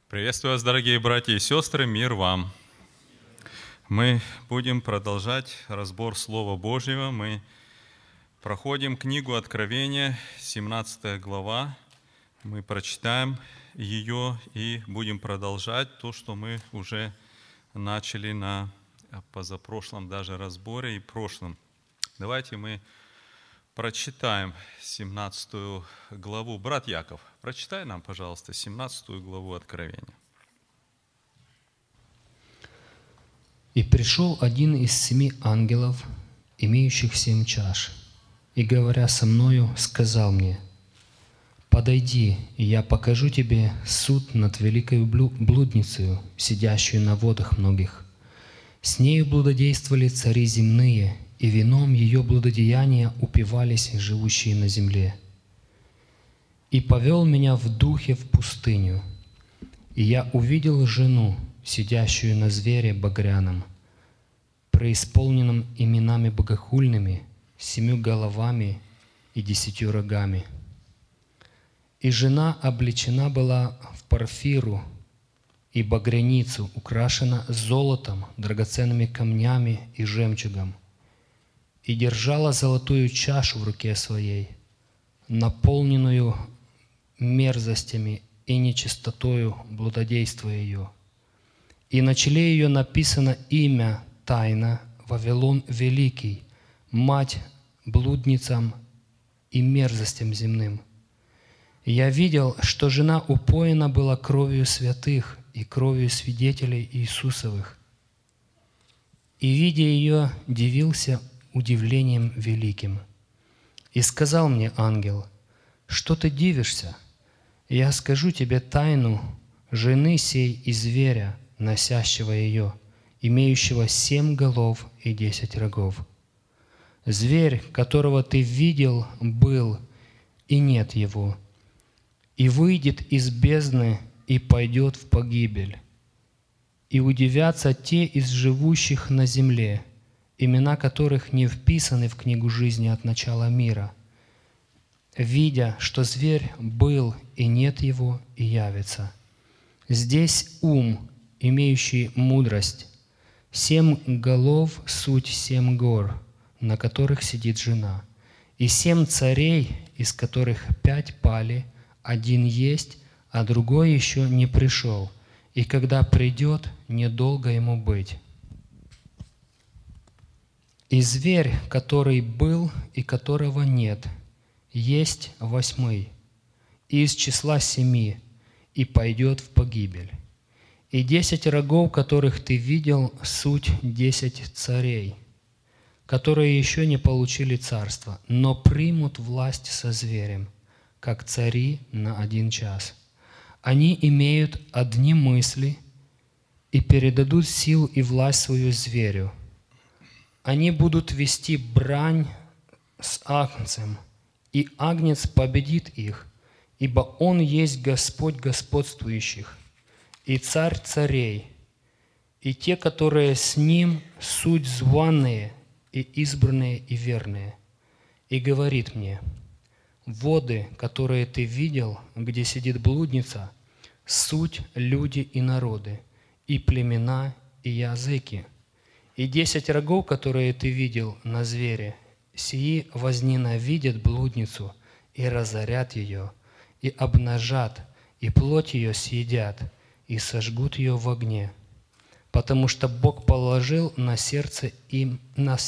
Приветствую вас, дорогие братья и сестры, мир вам. Мы будем продолжать разбор Слова Божьего. Мы проходим книгу Откровения, 17 глава. Мы прочитаем ее и будем продолжать то, что мы уже начали на позапрошлом даже разборе и прошлом. Давайте мы прочитаем 17 главу. Брат Яков, прочитай нам, пожалуйста, 17 главу Откровения. «И пришел один из 7 ангелов, имеющих 7 чаш, и, говоря со мною, сказал мне: «Подойди, и я покажу тебе суд над великой блудницею, сидящую на водах многих. С нею блудодействовали цари земные, и вином ее блудодеяния упивались живущие на земле. И повел меня в духе в пустыню, и я увидел жену, сидящую на звере багряном, преисполненном именами богохульными, 7 головами и 10 рогами. И жена облечена была в парфиру и багряницу, украшена золотом, драгоценными камнями и жемчугом, и держала золотую чашу в руке своей, наполненную мерзостями и нечистотою блудодейства ее. И на челе ее написано имя тайна Вавилон Великий, мать блудницам и мерзостям земным. И я видел, что жена упоена была кровью святых и кровью свидетелей Иисусовых. И, видя ее, дивился удивлением великим. И сказал мне ангел: «Что ты дивишься? Я скажу тебе тайну жены сей и зверя, носящего ее, имеющего 7 голов и 10 рогов. Зверь, которого ты видел, был, и нет его, и выйдет из бездны и пойдет в погибель. И удивятся те из живущих на земле, имена которых не вписаны в книгу жизни от начала мира, видя, что зверь был, и нет его, и явится. Здесь ум, имеющий мудрость, 7 голов — суть 7 гор, на которых сидит жена, и 7 царей, из которых 5 пали, 1 есть, а другой еще не пришел, и когда придет, недолго ему быть. И зверь, который был и которого нет, есть 8, из числа 7, и пойдет в погибель. И 10 рогов, которых ты видел, суть 10 царей, которые еще не получили царство, но примут власть со зверем, как цари на 1 час. Они имеют одни мысли и передадут силу и власть свою зверю. Они будут вести брань с агнцем, и агнец победит их, ибо он есть Господь господствующих и Царь царей, и те, которые с ним, суть званые и избранные и верные. И говорит мне: воды, которые ты видел, где сидит блудница, суть люди и народы, и племена, и языки. И 10 рогов, которые ты видел на звере, сии возненавидят блудницу и разорят ее, и обнажат, и плоть ее съедят, и сожгут ее в огне. Потому что Бог положил на сердце им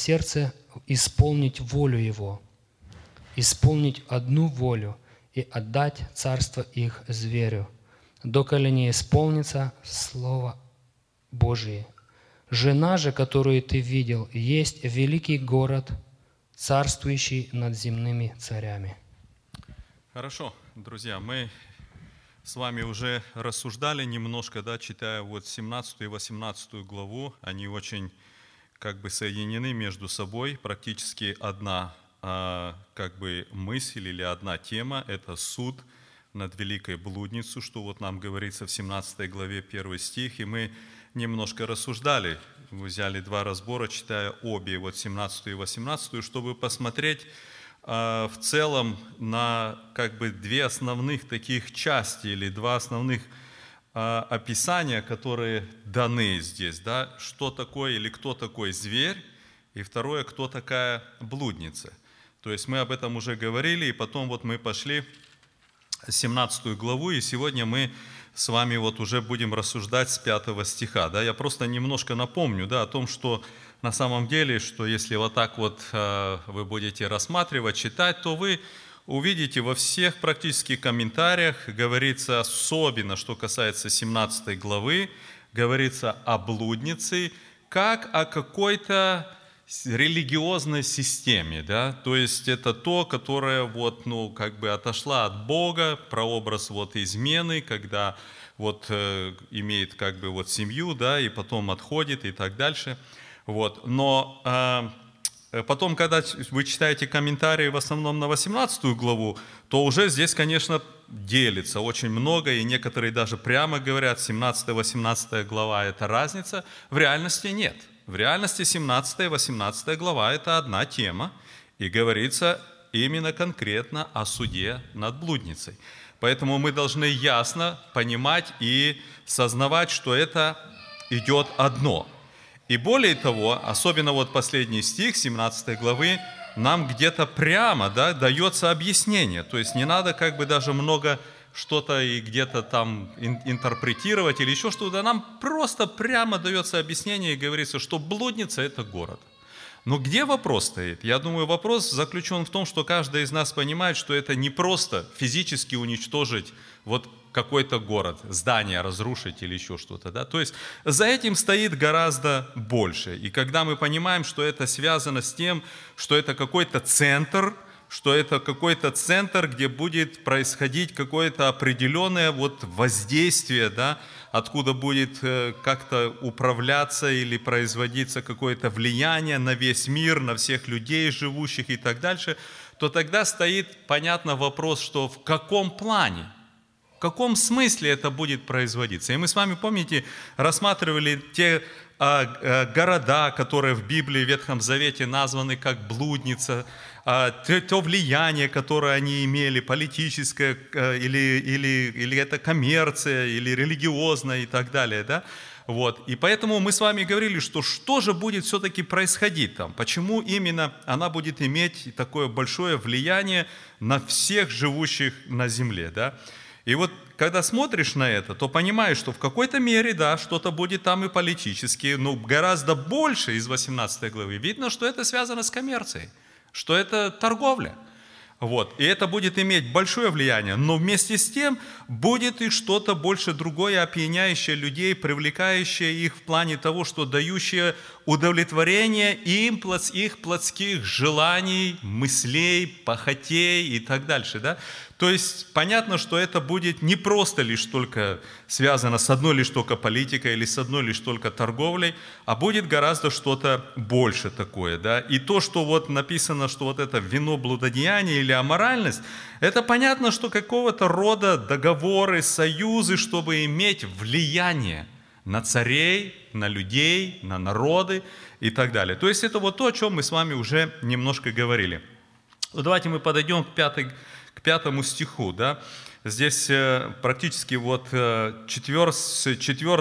исполнить волю Его, исполнить одну волю и отдать царство их зверю, доколе не исполнится Слово Божие. Жена же, которую ты видел, есть великий город, царствующий над земными царями». Хорошо, друзья, мы с вами уже рассуждали немножко, читая 17 и 18 главу. Они очень соединены между собой. Практически одна мысль или одна тема – это суд над великой блудницей, что нам говорится в 17 главе 1 стих. И мы немножко рассуждали, взяли 2 разбора, читая обе, 17 и 18, чтобы посмотреть в целом на 2 основных таких части или 2 основных описания, которые даны здесь, да, что такое или кто такой зверь, и второе, кто такая блудница. То есть мы об этом уже говорили, и потом вот мы пошли в 17 главу, и сегодня мы с вами вот уже будем рассуждать с 5 стиха. Да? Я просто немножко напомню, да, о том, что на самом деле, что если вот так вот вы будете рассматривать, читать, то вы увидите во всех практически комментариях, говорится особенно, что касается 17 главы, говорится о блуднице, как о какой-то религиозной системе, да, то есть это то, которое вот, ну, как бы отошла от Бога, прообраз вот измены, когда вот имеет как бы вот семью, да, и потом отходит и так дальше, вот, но потом, когда вы читаете комментарии в основном на 18 главу, то уже здесь, конечно, делится очень много, и некоторые даже прямо говорят, 17-18 глава – это разница, в реальности нет. В реальности 17 и 18 глава – это одна тема, и говорится именно конкретно о суде над блудницей. Поэтому мы должны ясно понимать и сознавать, что это идет одно. И более того, особенно вот последний стих 17 главы, нам где-то прямо, да, дается объяснение. То есть не надо как бы даже много что-то и где-то там интерпретировать или еще что-то. Нам просто прямо дается объяснение и говорится, что блудница – это город. Но где вопрос стоит? Я думаю, вопрос заключен в том, что каждый из нас понимает, что это не просто физически уничтожить вот какой-то город, здание разрушить или еще что-то. Да? То есть за этим стоит гораздо больше. И когда мы понимаем, что это связано с тем, что это какой-то центр, где будет происходить какое-то определенное вот воздействие, да, откуда будет как-то управляться или производиться какое-то влияние на весь мир, на всех людей, живущих и так дальше, то тогда стоит, понятно, вопрос, что в каком плане, в каком смысле это будет производиться. И мы с вами, помните, рассматривали те города, которые в Библии, в Ветхом Завете названы как блудница, то влияние, которое они имели, политическое, или это коммерция, или религиозная и так далее. Да? Вот. И поэтому мы с вами говорили, что же будет все-таки происходить там, почему именно она будет иметь такое большое влияние на всех живущих на земле. Да? И вот когда смотришь на это, то понимаешь, что в какой-то мере, да, что-то будет там и политически, но гораздо больше из 18 главы. Видно, что это связано с коммерцией, что это торговля. Вот. И это будет иметь большое влияние, но вместе с тем будет и что-то больше другое, опьяняющее людей, привлекающее их в плане того, что дающее удовлетворение им их плотских желаний, мыслей, похотей и так дальше. Да? То есть понятно, что это будет не просто лишь только связано с одной лишь только политикой или с одной лишь только торговлей, а будет гораздо что-то больше такое. Да? И то, что вот написано, что вот это вино блудодеяния или аморальность, это понятно, что какого-то рода договоры, союзы, чтобы иметь влияние на царей, на людей, на народы и так далее. То есть это вот то, о чем мы с вами уже немножко говорили. Ну, давайте мы подойдем к 5 стиху. Да? Здесь практически вот с 4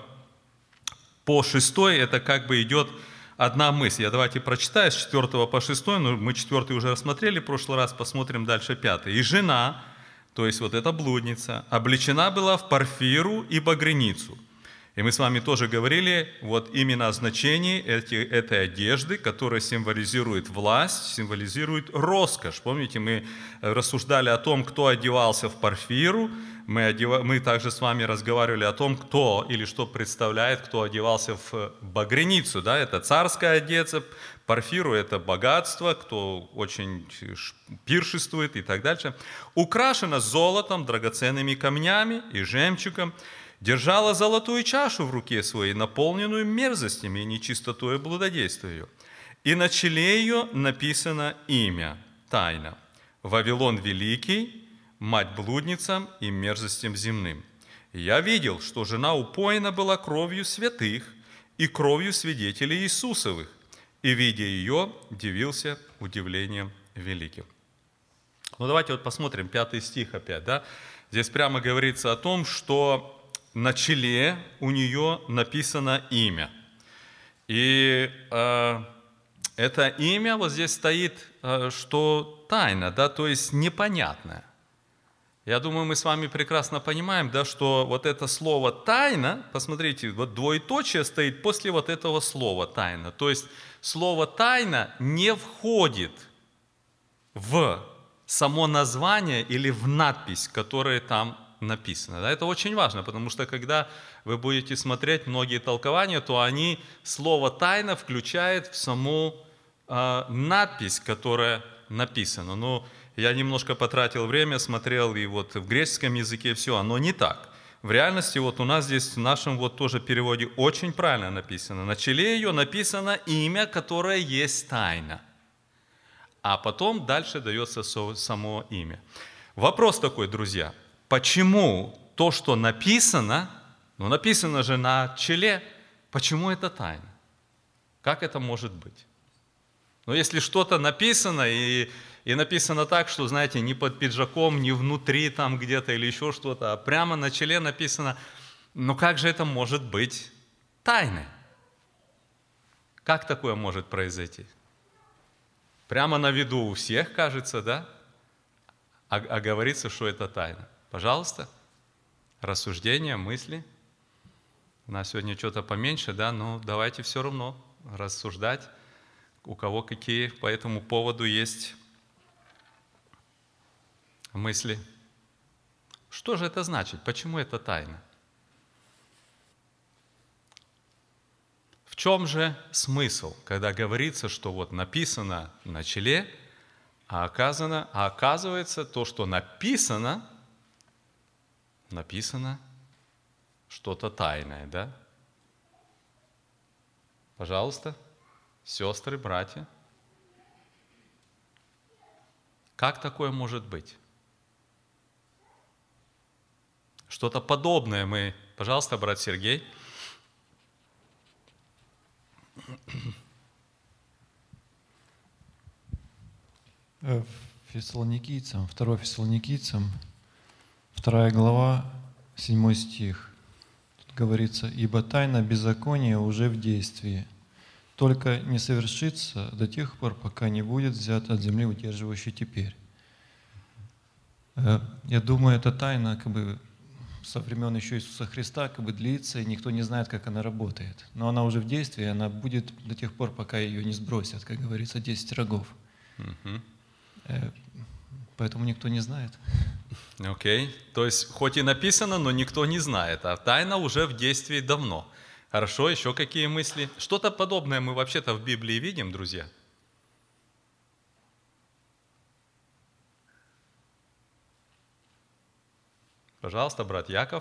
по 6 это как бы идет одна мысль. Давайте прочитаю с 4 по 6, но мы 4 уже рассмотрели в прошлый раз, посмотрим дальше 5. «И жена, то есть вот эта блудница, облечена была в парфиру и багряницу». И мы с вами тоже говорили вот именно о значении этой одежды, которая символизирует власть, символизирует роскошь. Помните, мы рассуждали о том, кто одевался в парфиру, мы также с вами разговаривали о том, кто или что представляет, кто одевался в багряницу. Да? Это царская одежда, парфиру – это богатство, кто очень пиршествует и так дальше. Украшена золотом, драгоценными камнями и жемчугом, держала золотую чашу в руке своей, наполненную мерзостями и нечистотой блудодействия ее. И на челе ее написано имя, тайна: Вавилон Великий, мать блудницам и мерзостям земным. И я видел, что жена упоена была кровью святых и кровью свидетелей Иисусовых, и, видя ее, дивился удивлением великим». Ну, давайте вот посмотрим 5 стих опять, да? Здесь прямо говорится о том, что на челе у нее написано имя. И это имя вот здесь стоит, что тайна, да, то есть непонятное. Я думаю, мы с вами прекрасно понимаем, да, что вот это слово «тайна», посмотрите, вот двоеточие стоит после вот этого слова «тайна». То есть слово «тайна» не входит в само название или в надпись, которая там написана. Да, это очень важно, потому что когда вы будете смотреть многие толкования, то они слово «тайна» включают в саму надпись, которая написана. Но я немножко потратил время, смотрел, и вот в греческом языке все, оно не так. В реальности вот у нас здесь в нашем вот тоже переводе очень правильно написано. На челе ее написано имя, которое есть тайна. А потом дальше дается само имя. Вопрос такой, друзья. Почему то, что написано, ну написано же на челе, почему это тайна? Как это может быть? Но если что-то написано, и написано так, что, знаете, не под пиджаком, не внутри там где-то или еще что-то, а прямо на челе написано, ну как же это может быть тайной? Как такое может произойти? Прямо на виду у всех, кажется, да? А говорится, что это тайна. Пожалуйста, рассуждения, мысли. У нас сегодня что-то поменьше, да, но давайте все равно рассуждать, у кого какие по этому поводу есть мысли. Что же это значит? Почему это тайна? В чем же смысл, когда говорится, что вот написано на челе, а оказывается то, что написано что-то тайное, да? Пожалуйста, сестры, братья. Как такое может быть? Что-то подобное мы... Пожалуйста, брат Сергей. Фессалоникийцам, 2 Фессалоникийцам, 2 глава, 7 стих. Тут говорится: «Ибо тайна беззакония уже в действии, только не совершится до тех пор, пока не будет взят от земли удерживающий теперь». Я думаю, эта тайна со времен еще Иисуса Христа длится, и никто не знает, как она работает. Но она уже в действии, она будет до тех пор, пока ее не сбросят, как говорится, 10 рогов. Поэтому никто не знает. Окей. То есть, хоть и написано, но никто не знает, а тайна уже в действии давно. Хорошо, еще какие мысли? Что-то подобное мы вообще-то в Библии видим, друзья? Пожалуйста, брат Яков.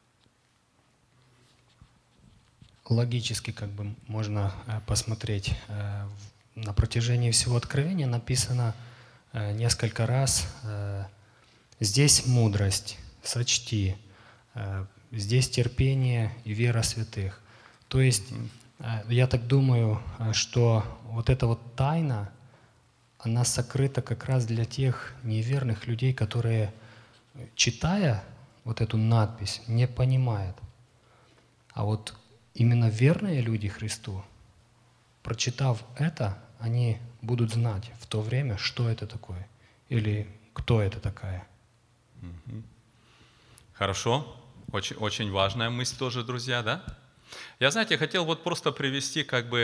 Логически можно посмотреть. На протяжении всего Откровения написано несколько раз: здесь мудрость, сочти, здесь терпение и вера святых. То есть, я так думаю, что вот эта вот тайна, она сокрыта как раз для тех неверных людей, которые, читая вот эту надпись, не понимают. А вот именно верные люди Христу, прочитав это, они будут знать в то время, что это такое или кто это такая. Хорошо. Очень, очень важная мысль тоже, друзья, да? Я, знаете, хотел вот просто привести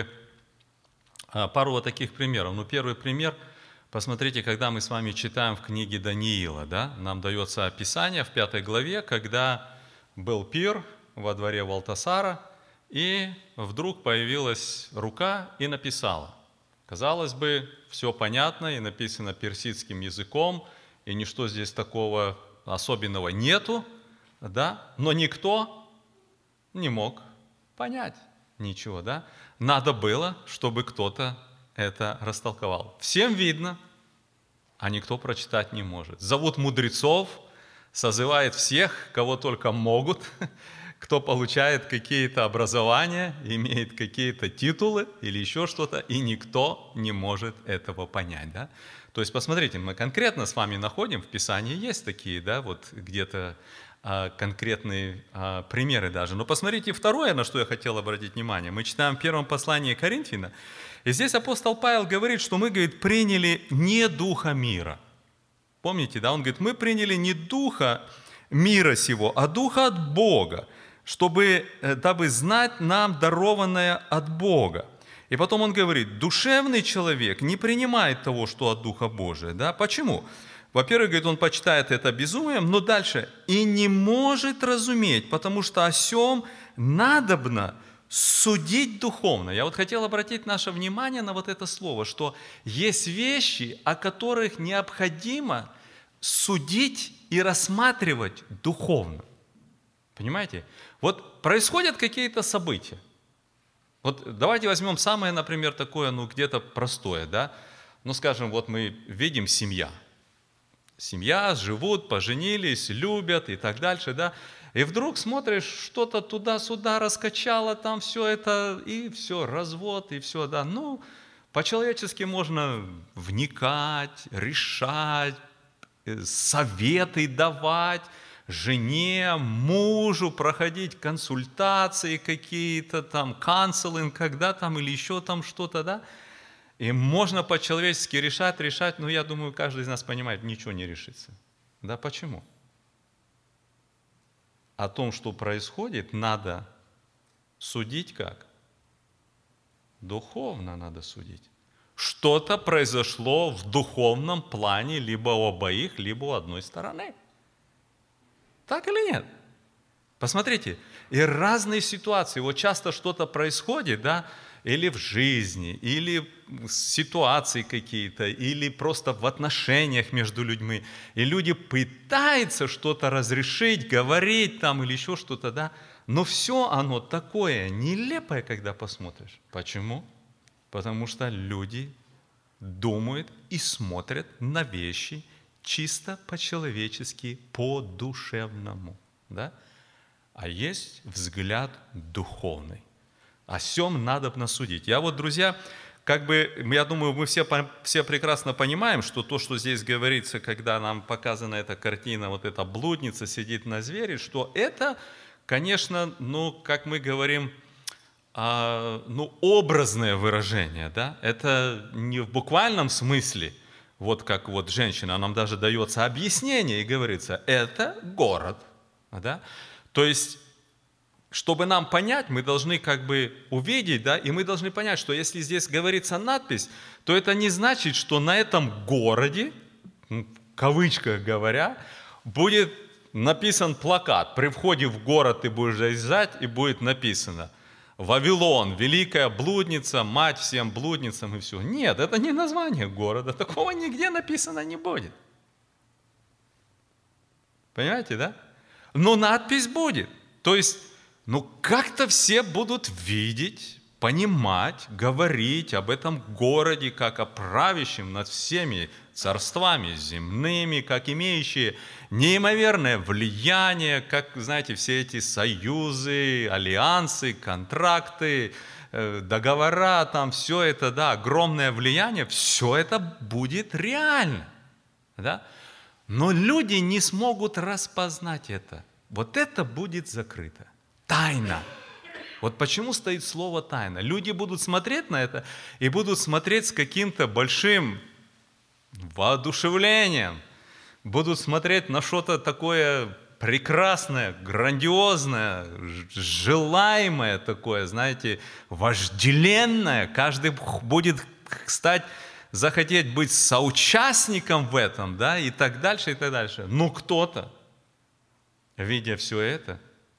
пару вот таких примеров. Ну, первый пример, посмотрите, когда мы с вами читаем в книге Даниила, да, нам дается описание в 5 главе, когда был пир во дворе Валтасара, и вдруг появилась рука и написала. Казалось бы, все понятно и написано персидским языком, и ничто здесь такого особенного нету, да? Но никто не мог понять ничего, да? Надо было, чтобы кто-то это растолковал. Всем видно, а никто прочитать не может. Зовут мудрецов, созывает всех, кого только могут, кто получает какие-то образования, имеет какие-то титулы или еще что-то, и никто не может этого понять, да? То есть, посмотрите, мы конкретно с вами находим, в Писании есть такие, да, вот где-то конкретные примеры даже. Но посмотрите второе, на что я хотел обратить внимание. Мы читаем в первом послании Коринфянам, и здесь апостол Павел говорит, что мы, говорит, приняли не духа мира. Помните, да? Он говорит, мы приняли не духа мира сего, а духа от Бога, дабы знать нам дарованное от Бога. И потом он говорит, душевный человек не принимает того, что от Духа Божия. Да? Почему? Во-первых, говорит, он почитает это безумием, но дальше, и не может разуметь, потому что о сем надобно судить духовно. Я вот хотел обратить наше внимание на вот это слово, что есть вещи, о которых необходимо судить и рассматривать духовно. Понимаете? Вот происходят какие-то события. Вот давайте возьмем самое, например, такое, где-то простое, да? Скажем, вот мы видим семья. Семья, живут, поженились, любят и так дальше, да? И вдруг смотришь, что-то туда-сюда раскачало, там все это, и все, развод, и все, да. По-человечески можно вникать, решать, советы давать жене, мужу, проходить консультации какие-то, там, канцелинг, когда там, или еще там что-то, да. И можно по-человечески решать, но я думаю, каждый из нас понимает, ничего не решится. Да, почему? О том, что происходит, надо судить как? Духовно надо судить. Что-то произошло в духовном плане либо у обоих, либо у одной стороны. Так или нет? Посмотрите, и разные ситуации. Вот часто что-то происходит, да, или в жизни, или ситуации какие-то, или просто в отношениях между людьми. И люди пытаются что-то разрешить, говорить там или еще что-то, да. Но все оно такое нелепое, когда посмотришь. Почему? Потому что люди думают и смотрят на вещи чисто по-человечески, по-душевному, да. А есть взгляд духовный. О сем надобно судить. Я вот, друзья, я думаю, мы все прекрасно понимаем, что то, что здесь говорится, когда нам показана эта картина, вот эта блудница сидит на звере, что это, конечно, как мы говорим, образное выражение, да? Это не в буквальном смысле, вот как вот женщина, нам даже дается объяснение и говорится, это город, да? То есть, чтобы нам понять, мы должны увидеть, да, и мы должны понять, что если здесь говорится надпись, то это не значит, что на этом городе, в кавычках говоря, будет написан плакат. При входе в город ты будешь заезжать, и будет написано «Вавилон, великая блудница, мать всем блудницам» и все. Нет, это не название города, такого нигде написано не будет. Понимаете, да? Но надпись будет. То есть, как-то все будут видеть, понимать, говорить об этом городе, как о правящем над всеми царствами земными, как имеющие неимоверное влияние, как, знаете, все эти союзы, альянсы, контракты, договора, там все это, да, огромное влияние, все это будет реально, да? Но люди не смогут распознать это. Вот это будет закрыто. Тайна. Вот почему стоит слово «тайна». Люди будут смотреть на это и будут смотреть с каким-то большим воодушевлением, будут смотреть на что-то такое прекрасное, грандиозное, желаемое такое, знаете, вожделенное. Каждый будет захотеть быть соучастником в этом, да, и так дальше, и так дальше. Но кто-то, видя все это,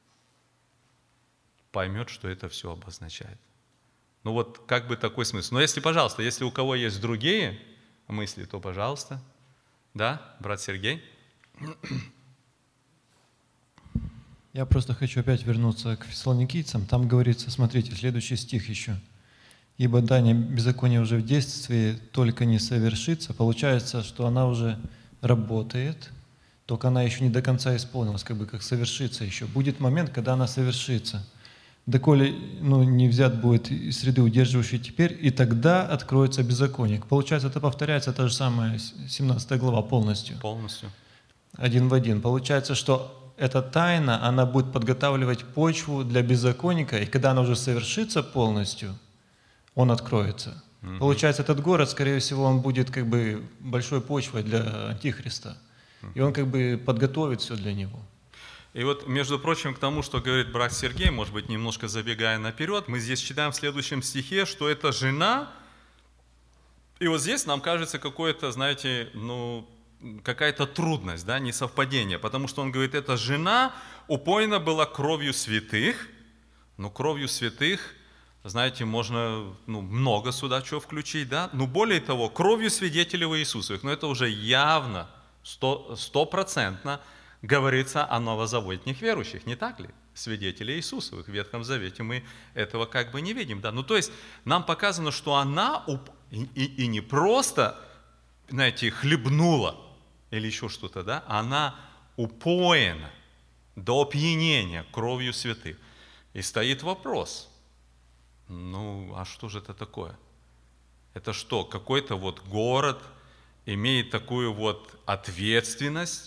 поймет, что это все обозначает. Такой смысл. Но пожалуйста, если у кого есть другие мысли, то пожалуйста. Да, брат Сергей? Я просто хочу опять вернуться к Фессалоникийцам. Там говорится, смотрите, следующий стих еще. «Ибо дань беззакония уже в действии, только не совершится». Получается, что она уже работает, только она еще не до конца исполнилась, как совершится еще. Будет момент, когда она совершится. Доколе не взят будет из среды удерживающей теперь, и тогда откроется беззаконие. Получается, это повторяется та же самая 17 глава полностью. Полностью. Один в один. Получается, что эта тайна, она будет подготавливать почву для беззаконника, и когда она уже совершится полностью, он откроется. Получается, этот город, скорее всего, он будет как бы большой почвой для Антихриста. И он как бы подготовит все для него. И вот, между прочим, к тому, что говорит брат Сергей, может быть, немножко забегая наперед, мы здесь читаем в следующем стихе, что это жена, и вот здесь нам кажется какое-то, знаете, какая-то трудность, да, несовпадение, потому что он говорит, эта жена упоена была кровью святых, но кровью святых, знаете, можно много сюда чего включить, да, но более того, кровью свидетелей Иисусовых, но это уже явно, стопроцентно говорится о новозаветных верующих, не так ли? Свидетелей Иисусовых. В Ветхом Завете мы этого как бы не видим. Да? Ну, то есть нам показано, что она и не просто, знаете, хлебнула или еще что-то, да? Она упоена до опьянения кровью святых. И стоит вопрос, а что же это такое? Это что, какой-то вот город имеет такую вот ответственность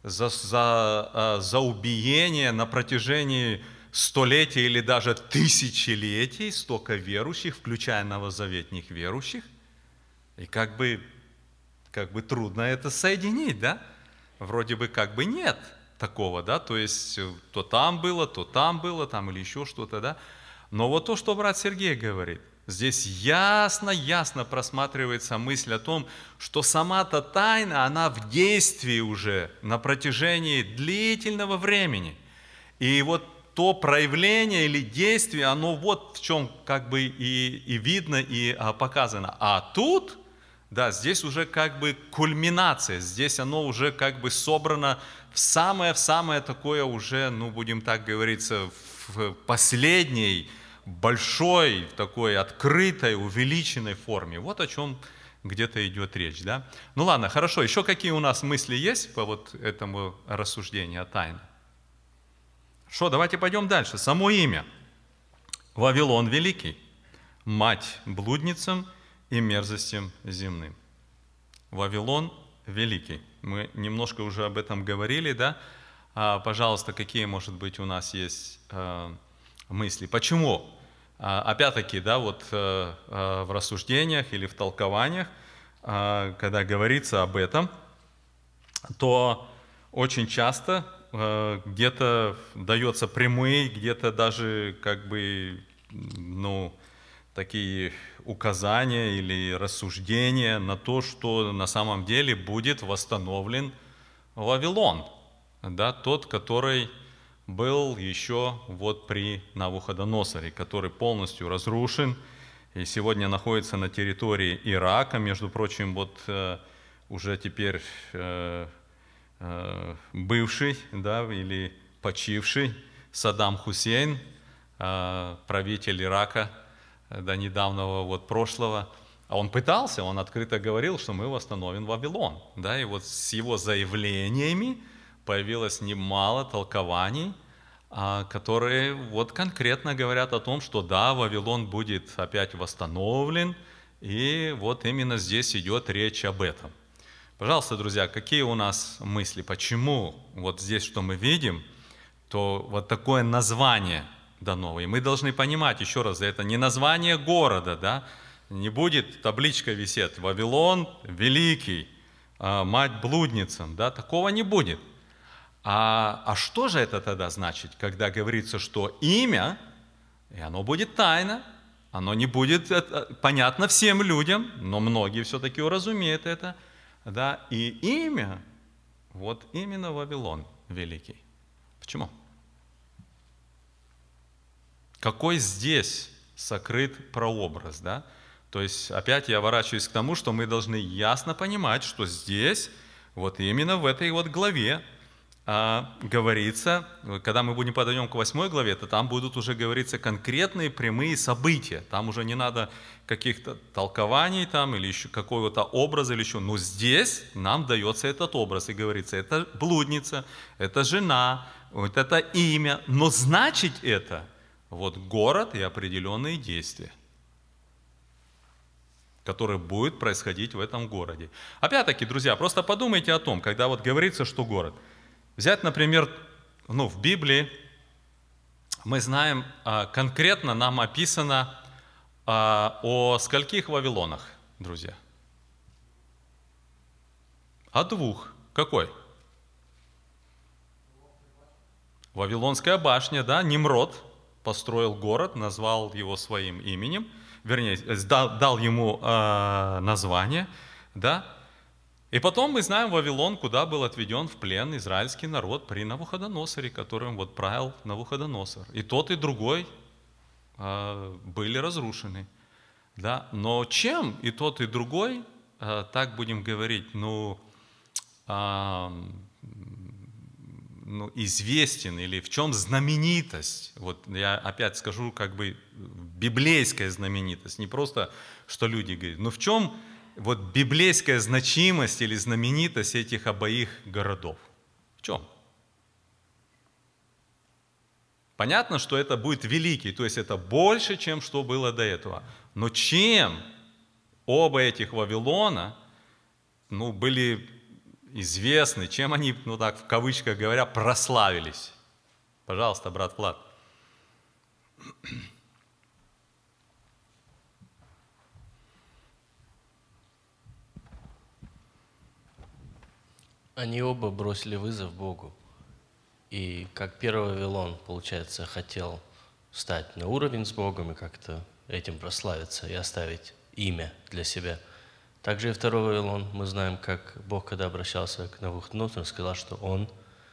за убиение на протяжении столетий или даже тысячелетий столько верующих, включая новозаветных верующих? И как бы трудно это соединить, да? Вроде бы как бы нет такого, да? То есть то там было, там или еще что-то, да? Но вот то, что брат Сергей говорит, здесь ясно просматривается мысль о том, что сама-то тайна, она в действии уже на протяжении длительного времени. И вот то проявление или действие, оно вот в чем как бы и видно, и показано. А тут, да, здесь уже как бы кульминация, здесь оно уже как бы собрано в самое такое уже, будем так говориться, в последней, большой, такой открытой, увеличенной форме. Вот о чем где-то идет речь, да? Ну ладно, хорошо. Еще какие у нас мысли есть по вот этому рассуждению о тайне? Что, давайте пойдем дальше. Само имя. Вавилон Великий, мать блудницам и мерзостям земным. Вавилон Великий. Мы немножко уже об этом говорили, да? Пожалуйста, какие, может быть, у нас есть мысли. Почему? Опять-таки, да, вот в рассуждениях или в толкованиях, когда говорится об этом, то очень часто где-то дается прямые, где-то даже как бы, такие указания или рассуждения на то, что на самом деле будет восстановлен Вавилон, да, тот, который был еще вот при Навуходоносоре, который полностью разрушен и сегодня находится на территории Ирака. Между прочим, вот уже теперь бывший, да, или почивший Саддам Хусейн, правитель Ирака до недавнего вот прошлого, он пытался, он открыто говорил, что мы восстановим Вавилон. Да, и вот с его заявлениями появилось немало толкований, которые вот конкретно говорят о том, что да, Вавилон будет опять восстановлен, и вот именно здесь идет речь об этом. Пожалуйста, друзья, какие у нас мысли? Почему вот здесь, что мы видим, то вот такое название дано. И мы должны понимать, еще раз, это не название города, да, не будет табличка висеть «Вавилон Великий, мать блудницам», да, такого не будет. А что же это тогда значит, когда говорится, что имя, и оно будет тайно, оно не будет понятно всем людям, но многие все-таки уразумеют это, да, и имя, вот именно Вавилон Великий. Почему? Какой здесь сокрыт прообраз, да? То есть опять я ворачиваюсь к тому, что мы должны ясно понимать, что здесь, вот именно в этой вот главе, говорится, когда мы подойдем к 8 главе, то там будут уже говориться конкретные прямые события. Там уже не надо каких-то толкований там, или еще какого-то образа, или еще. Но здесь нам дается этот образ и говорится, это блудница, это жена, вот это имя. Но значит это вот город и определенные действия, которые будут происходить в этом городе. Опять-таки, друзья, просто подумайте о том, когда вот говорится, что город. Взять, например, в Библии мы знаем, конкретно нам описано о скольких Вавилонах, друзья? О двух. Какой? Вавилонская башня, да, Нимрод построил город, назвал его своим именем, вернее, дал ему название, да. И потом мы знаем Вавилон, куда был отведен в плен израильский народ при Навуходоносоре, которым вот правил Навуходоносор. И тот, и другой были разрушены, да. Но чем и тот, и другой, так будем говорить, известен, или в чем знаменитость? Вот я опять скажу, как бы библейская знаменитость, не просто, что люди говорят, но в чем вот библейская значимость или знаменитость этих обоих городов? В чем? Понятно, что это будет великий, то есть это больше, чем что было до этого. Но чем оба этих Вавилона, были известны, чем они, так в кавычках говоря, прославились? Пожалуйста, брат Влад. Они оба бросили вызов Богу. И как первый Вавилон, получается, хотел встать на уровень с Богом и как-то этим прославиться и оставить имя для себя. Также и второй Вавилон, мы знаем, как Бог, когда обращался к Навуходоносору, сказал, что он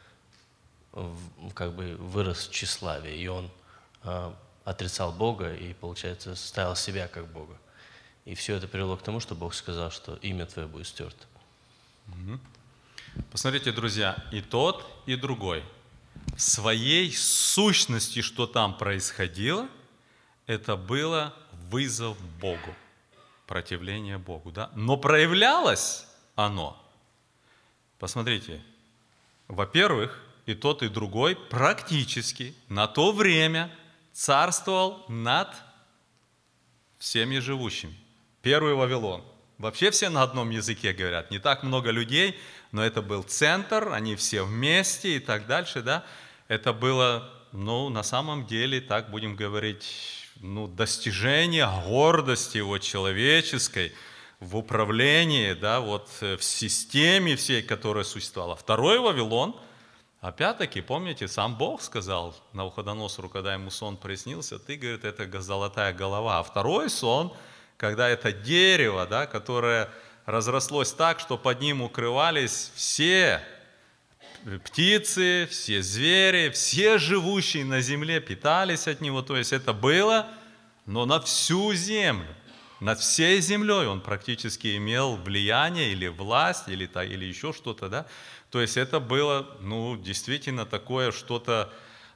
как бы вырос в тщеславии, и он отрицал Бога и, получается, ставил себя как Бога. И все это привело к тому, что Бог сказал, что имя твое будет стерто. Посмотрите, друзья, и тот, и другой. В своей сущности, что там происходило, это было вызов Богу, противление Богу, да? Но проявлялось оно, посмотрите, во-первых, и тот, и другой практически на то время царствовал над всеми живущими. Первый Вавилон. Вообще все на одном языке говорят, не так много людей, но это был центр, они все вместе и так дальше, да. Это было, на самом деле, так будем говорить, достижение гордости человеческой в управлении, да, в системе всей, которая существовала. Второй Вавилон, опять-таки, помните, сам Бог сказал Навуходоносору, когда ему сон приснился, ты, говорит, это золотая голова. А второй сон, когда это дерево, да, которое разрослось так, что под ним укрывались все птицы, все звери, все живущие на земле питались от него. То есть это было, но на всю землю, над всей землей он практически имел влияние или власть, или еще что-то, да. То есть это было, действительно такое что-то,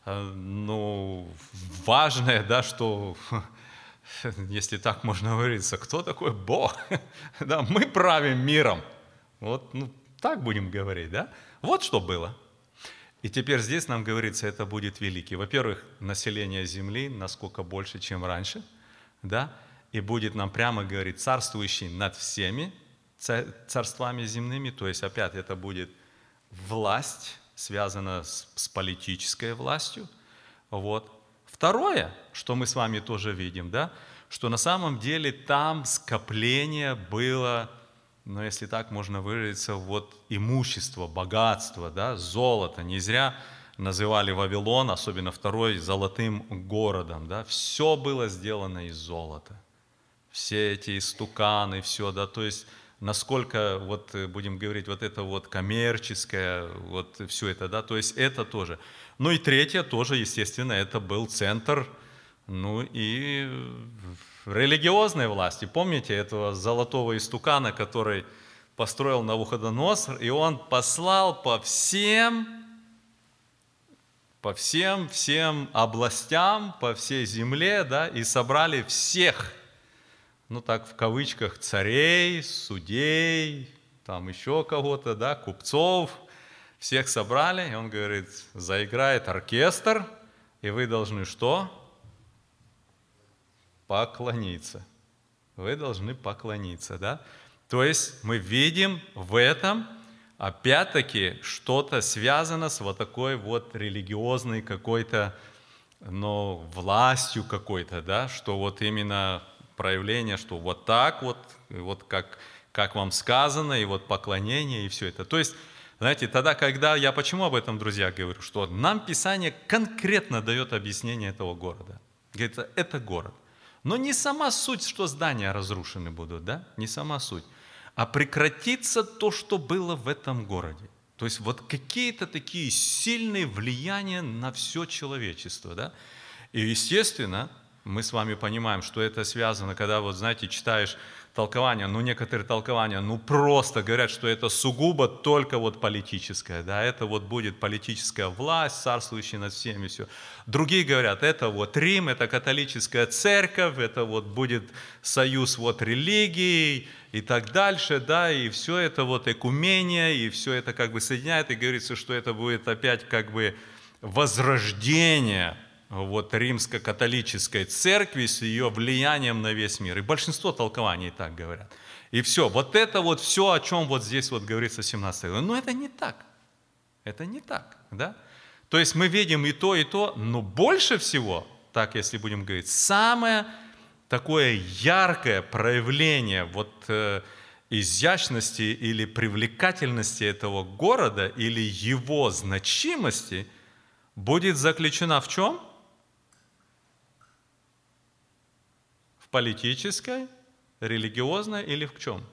важное, да, что, если так можно выразиться, кто такой Бог? Да, мы правим миром. Так будем говорить, да? Вот что было. И теперь здесь нам говорится, это будет великий. Во-первых, население земли насколько больше, чем раньше, да? И будет нам прямо говорить, царствующий над всеми царствами земными, то есть опять это будет власть, связана с политической властью. Вот. Второе, что мы с вами тоже видим, да, что на самом деле там скопление было, если так можно выразиться, имущество, богатство, да, золото. Не зря называли Вавилон, особенно второй, золотым городом. Да. Все было сделано из золота. Все эти истуканы, все, да, то есть насколько, будем говорить, это коммерческое, все это, да, то есть это тоже. И третье тоже, естественно, это был центр, и религиозной власти. Помните этого золотого истукана, который построил Навуходоносор, и он послал по всем областям, по всей земле, да, и собрали всех, так в кавычках, царей, судей, там еще кого-то, да, купцов, всех собрали, и он говорит, заиграет оркестр, и вы должны что? Поклониться. Вы должны поклониться, да? То есть мы видим в этом опять-таки что-то связано с вот такой вот религиозной какой-то, но властью какой-то, да, что вот именно проявление, что вот так вот как вам сказано, и вот поклонение, и все это. То есть, знаете, тогда, когда я почему об этом, друзья, говорю, что нам Писание конкретно дает объяснение этого города. Говорит, это город. Но не сама суть, что здания разрушены будут, да, не сама суть, а прекратится то, что было в этом городе. То есть вот какие-то такие сильные влияния на все человечество, да. И, естественно, мы с вами понимаем, что это связано, когда, вот, знаете, читаешь толкования, некоторые толкования, просто говорят, что это сугубо только вот политическое, да, это вот будет политическая власть, царствующая над всеми, все. Другие говорят, это вот Рим, это католическая церковь, это вот будет союз вот религий и так дальше, да, и все это вот экумения, и все это как бы соединяет, и говорится, что это будет опять как бы возрождение вот римско-католической церкви с ее влиянием на весь мир. И большинство толкований так говорят. И все, вот это вот все, о чем вот здесь вот говорится в 17 главе. Но это не так. Это не так, да? То есть мы видим и то, но больше всего, так если будем говорить, самое такое яркое проявление вот изящности или привлекательности этого города или его значимости будет заключена в чем? Политической, религиозной или в чем?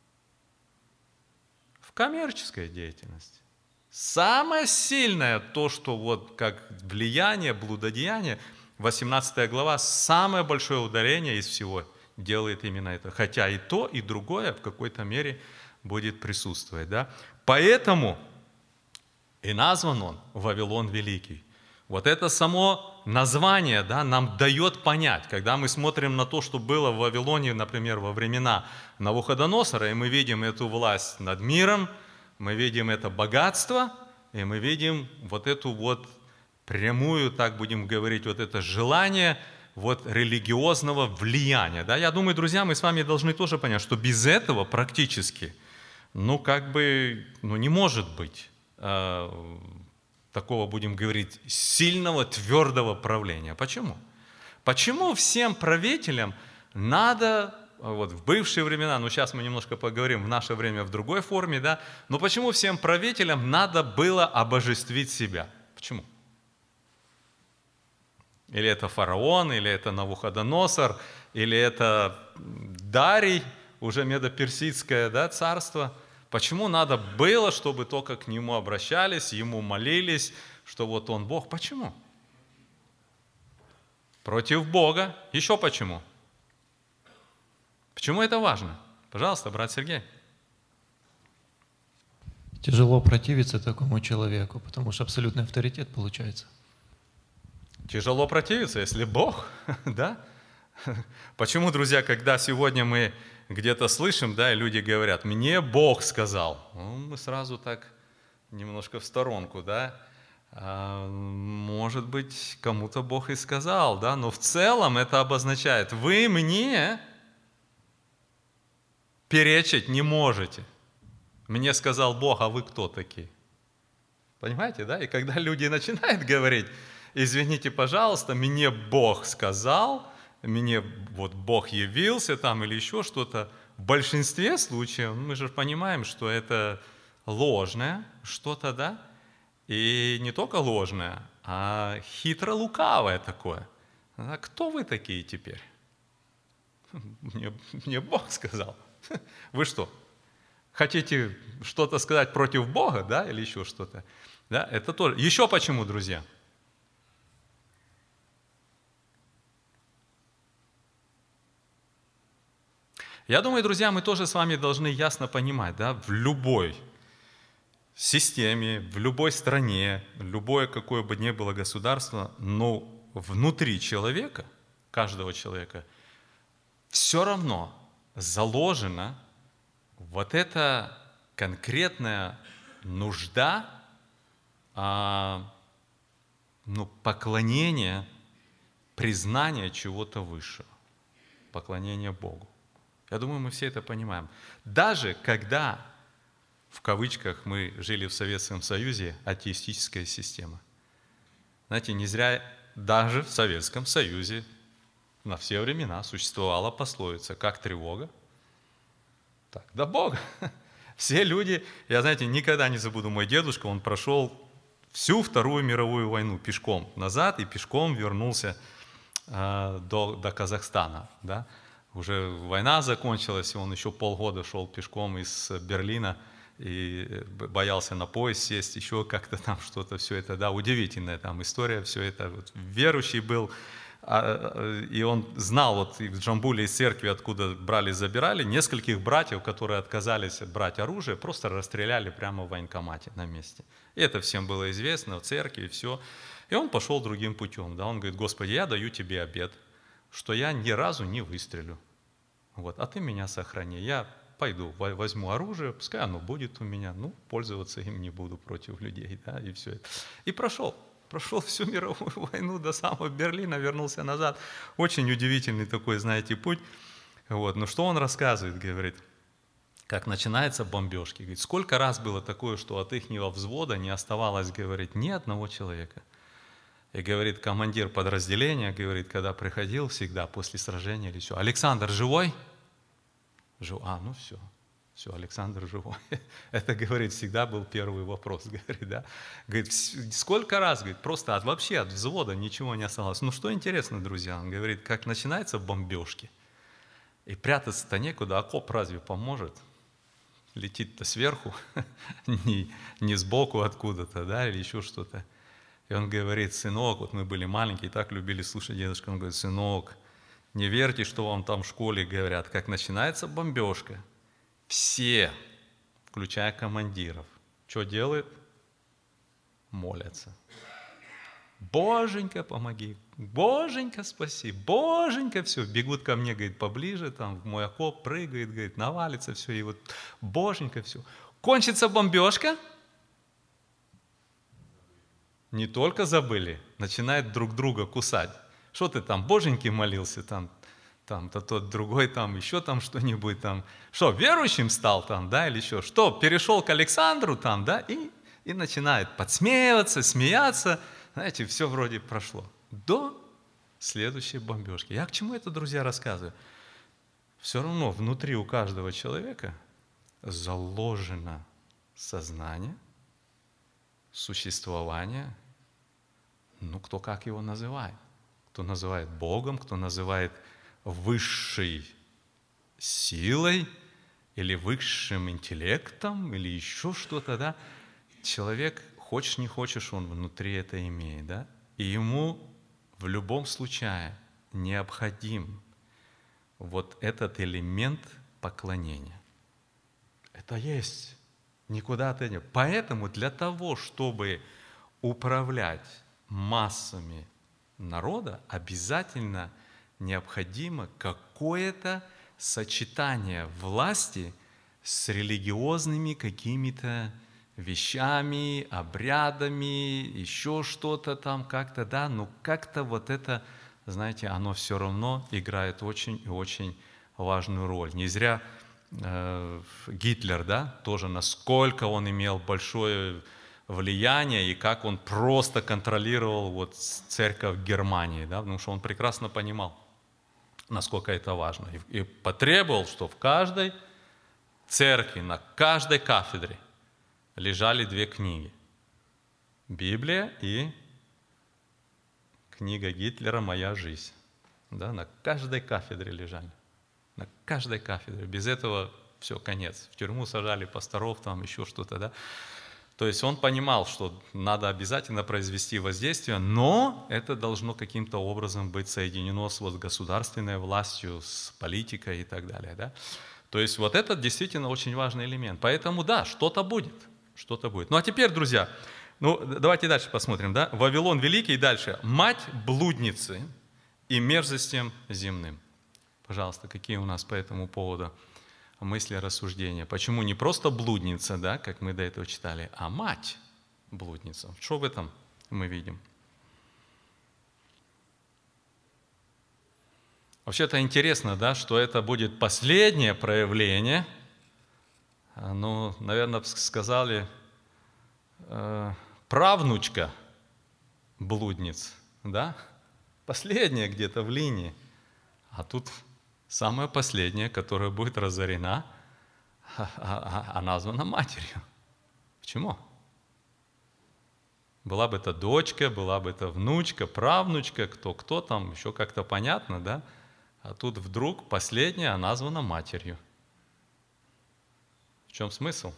В коммерческой деятельности. Самое сильное то, что вот как влияние, блудодеяние, 18 глава, самое большое ударение из всего делает именно это. Хотя и то, и другое в какой-то мере будет присутствовать. Да? Поэтому и назван он Вавилон Великий. Вот это само название, да, нам дает понять, когда мы смотрим на то, что было в Вавилоне, например, во времена Навуходоносора, и мы видим эту власть над миром, мы видим это богатство, и мы видим вот эту вот прямую, так будем говорить, вот это желание вот религиозного влияния. Да? Я думаю, друзья, мы с вами должны тоже понять, что без этого практически, не может быть такого, будем говорить, сильного, твердого правления. Почему? Почему всем правителям надо, вот в бывшие времена, сейчас мы немножко поговорим, в наше время в другой форме, да, но почему всем правителям надо было обожествить себя? Почему? Или это фараон, или это Навуходоносор, или это Дарий, уже медоперсидское, да, царство. Почему надо было, чтобы только к нему обращались, ему молились, что вот он Бог? Почему? Против Бога. Еще почему? Почему это важно? Пожалуйста, брат Сергей. Тяжело противиться такому человеку, потому что абсолютный авторитет получается. Тяжело противиться, если Бог, да? Почему, друзья, когда сегодня мы где-то слышим, да, и люди говорят, мне Бог сказал, мы сразу так немножко в сторонку, да, может быть, кому-то Бог и сказал, да, но в целом это обозначает, вы мне перечить не можете. Мне сказал Бог, а вы кто такие? Понимаете, да? И когда люди начинают говорить, извините, пожалуйста, мне Бог сказал, мне вот Бог явился там или еще что-то, в большинстве случаев мы же понимаем, что это ложное что-то, да? И не только ложное, а хитро-лукавое такое. А кто вы такие теперь? Мне Бог сказал. Вы что, хотите что-то сказать против Бога, да, или еще что-то? Да, это тоже. Еще почему, друзья? Я думаю, друзья, мы тоже с вами должны ясно понимать, да, в любой системе, в любой стране, любое какое бы ни было государство, но внутри человека, каждого человека, все равно заложена вот эта конкретная нужда, поклонения, признания чего-то высшего, поклонения Богу. Я думаю, мы все это понимаем. Даже когда в кавычках, мы жили в Советском Союзе, атеистическая система. Знаете, не зря даже в Советском Союзе на все времена существовала пословица «как тревога, так до Бога». Все люди, я, знаете, никогда не забуду, мой дедушка, он прошел всю Вторую мировую войну пешком назад и пешком вернулся до Казахстана. Да? Уже война закончилась, и он еще полгода шел пешком из Берлина и боялся на поезд сесть, еще как-то там что-то, все это, да, удивительная там история, все это. Вот, верующий был, и он знал, вот и в Джамбуле из церкви, откуда брали, забирали, нескольких братьев, которые отказались брать оружие, просто расстреляли прямо в военкомате на месте. И это всем было известно, в церкви, и все. И он пошел другим путем, да, он говорит: Господи, я даю тебе обет, что я ни разу не выстрелю, вот, а ты меня сохрани, я пойду, возьму оружие, пускай оно будет у меня, ну, пользоваться им не буду против людей, да, и все это. И прошел всю мировую войну до самого Берлина, вернулся назад. Очень удивительный такой, знаете, путь. Вот. Но что он рассказывает, говорит, как начинаются бомбежки. Говорит, сколько раз было такое, что от ихнего взвода не оставалось, говорит, ни одного человека. И говорит, командир подразделения, говорит, когда приходил всегда после сражения или все, Александр живой? Ну все, Александр живой. Это, говорит, всегда был первый вопрос, говорит, да. Говорит, сколько раз, говорит, просто вообще от взвода ничего не осталось. Ну что интересно, друзья, он говорит, как начинаются бомбежки, и прятаться-то некуда, окоп разве поможет? Летит-то сверху, не сбоку откуда-то, да, или еще что-то. И он говорит, сынок, вот мы были маленькие, так любили слушать дедушку, он говорит, сынок, не верьте, что вам там в школе говорят, как начинается бомбежка, все, включая командиров, что делают? Молятся. Боженька, помоги, Боженька, спаси, Боженька, все, бегут ко мне, говорит, поближе, там в мой окоп прыгает, говорит, навалится все, и вот Боженька, все. Кончится бомбежка, не только забыли, начинают друг друга кусать. Что ты там, Боженьке молился, там-то тот другой, там еще там что-нибудь там. Что, верующим стал там, да, или еще? Что, перешел к Александру там, да, и начинает подсмеиваться, смеяться. Знаете, все вроде прошло. До следующей бомбежки. Я к чему это, друзья, рассказываю? Все равно внутри у каждого человека заложено сознание, существование, ну, кто как его называет. Кто называет Богом, кто называет высшей силой или высшим интеллектом, или еще что-то, да. Человек, хочешь не хочешь, он внутри это имеет, да. И ему в любом случае необходим вот этот элемент поклонения. Это есть. Никуда от этого. Поэтому для того, чтобы управлять массами народа, обязательно необходимо какое-то сочетание власти с религиозными какими-то вещами, обрядами, еще что-то там как-то, да, но как-то вот это, знаете, оно все равно играет очень и очень важную роль. Не зря Гитлер, да, тоже насколько он имел большое влияние и как он просто контролировал вот церковь Германии, да, потому что он прекрасно понимал, насколько это важно. И потребовал, что в каждой церкви, на каждой кафедре лежали две книги. Библия и книга Гитлера «Моя жизнь». Да, на каждой кафедре лежали. На каждой кафедре. Без этого все, конец. В тюрьму сажали пасторов, там еще что-то, да. То есть он понимал, что надо обязательно произвести воздействие, но это должно каким-то образом быть соединено с вот государственной властью, с политикой и так далее. Да? То есть вот это действительно очень важный элемент. Поэтому да, что-то будет. Что-то будет. Ну а теперь, друзья, давайте дальше посмотрим. Да? Вавилон Великий, дальше. Мать блудницы и мерзостям земным. Пожалуйста, какие у нас по этому поводу мысли, рассуждения. Почему не просто блудница, да, как мы до этого читали, а мать блудница? Что в этом мы видим? Вообще-то интересно, да, что это будет последнее проявление ну, наверное, сказали, правнучка блудниц, да? Последняя где-то в линии. А тут самая последняя, которая будет разорена, а названа матерью. Почему? Была бы это дочка, была бы это внучка, правнучка, кто там, еще как-то понятно, да? А тут вдруг последняя названа матерью. В чем смысл?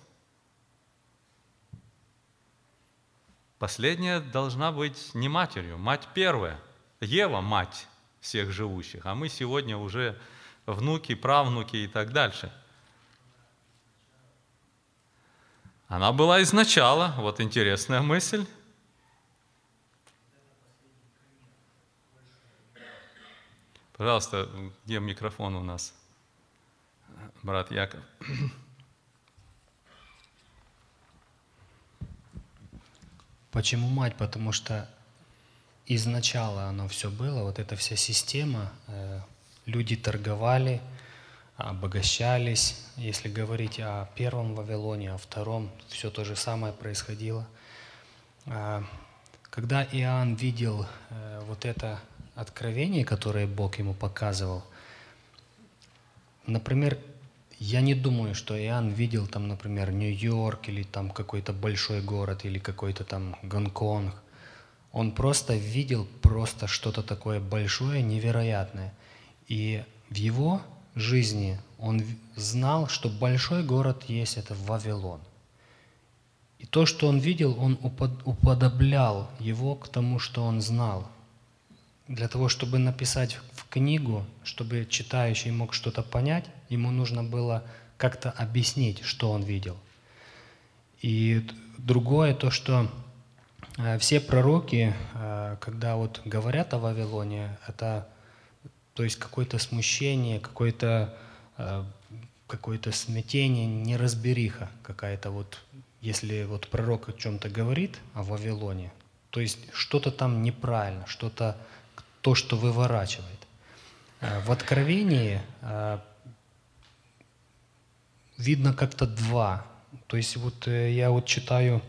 Последняя должна быть не матерью, мать первая. Ева – мать всех живущих, а мы сегодня уже внуки, правнуки и так дальше. Она была изначала, вот интересная мысль. Пожалуйста, где микрофон у нас? Брат Яков. Почему мать? Потому что изначала оно все было, вот эта вся система, люди торговали, обогащались. Если говорить о первом Вавилоне, о втором, все то же самое происходило. Когда Иоанн видел вот это откровение, которое Бог ему показывал, например, я не думаю, что Иоанн видел там, например, Нью-Йорк или там какой-то большой город или какой-то там Гонконг. Он просто видел просто что-то такое большое, невероятное. И в его жизни он знал, что большой город есть, это Вавилон. И то, что он видел, он уподоблял его к тому, что он знал. Для того, чтобы написать в книгу, чтобы читающий мог что-то понять, ему нужно было как-то объяснить, что он видел. И другое, то, что все пророки, когда вот говорят о Вавилоне, это то есть какое-то смущение, какое-то смятение, неразбериха какая-то вот, если вот пророк о чем-то говорит, о Вавилоне, то есть что-то там неправильно, что-то то, что выворачивает. В Откровении видно как-то два. То есть вот я вот читаю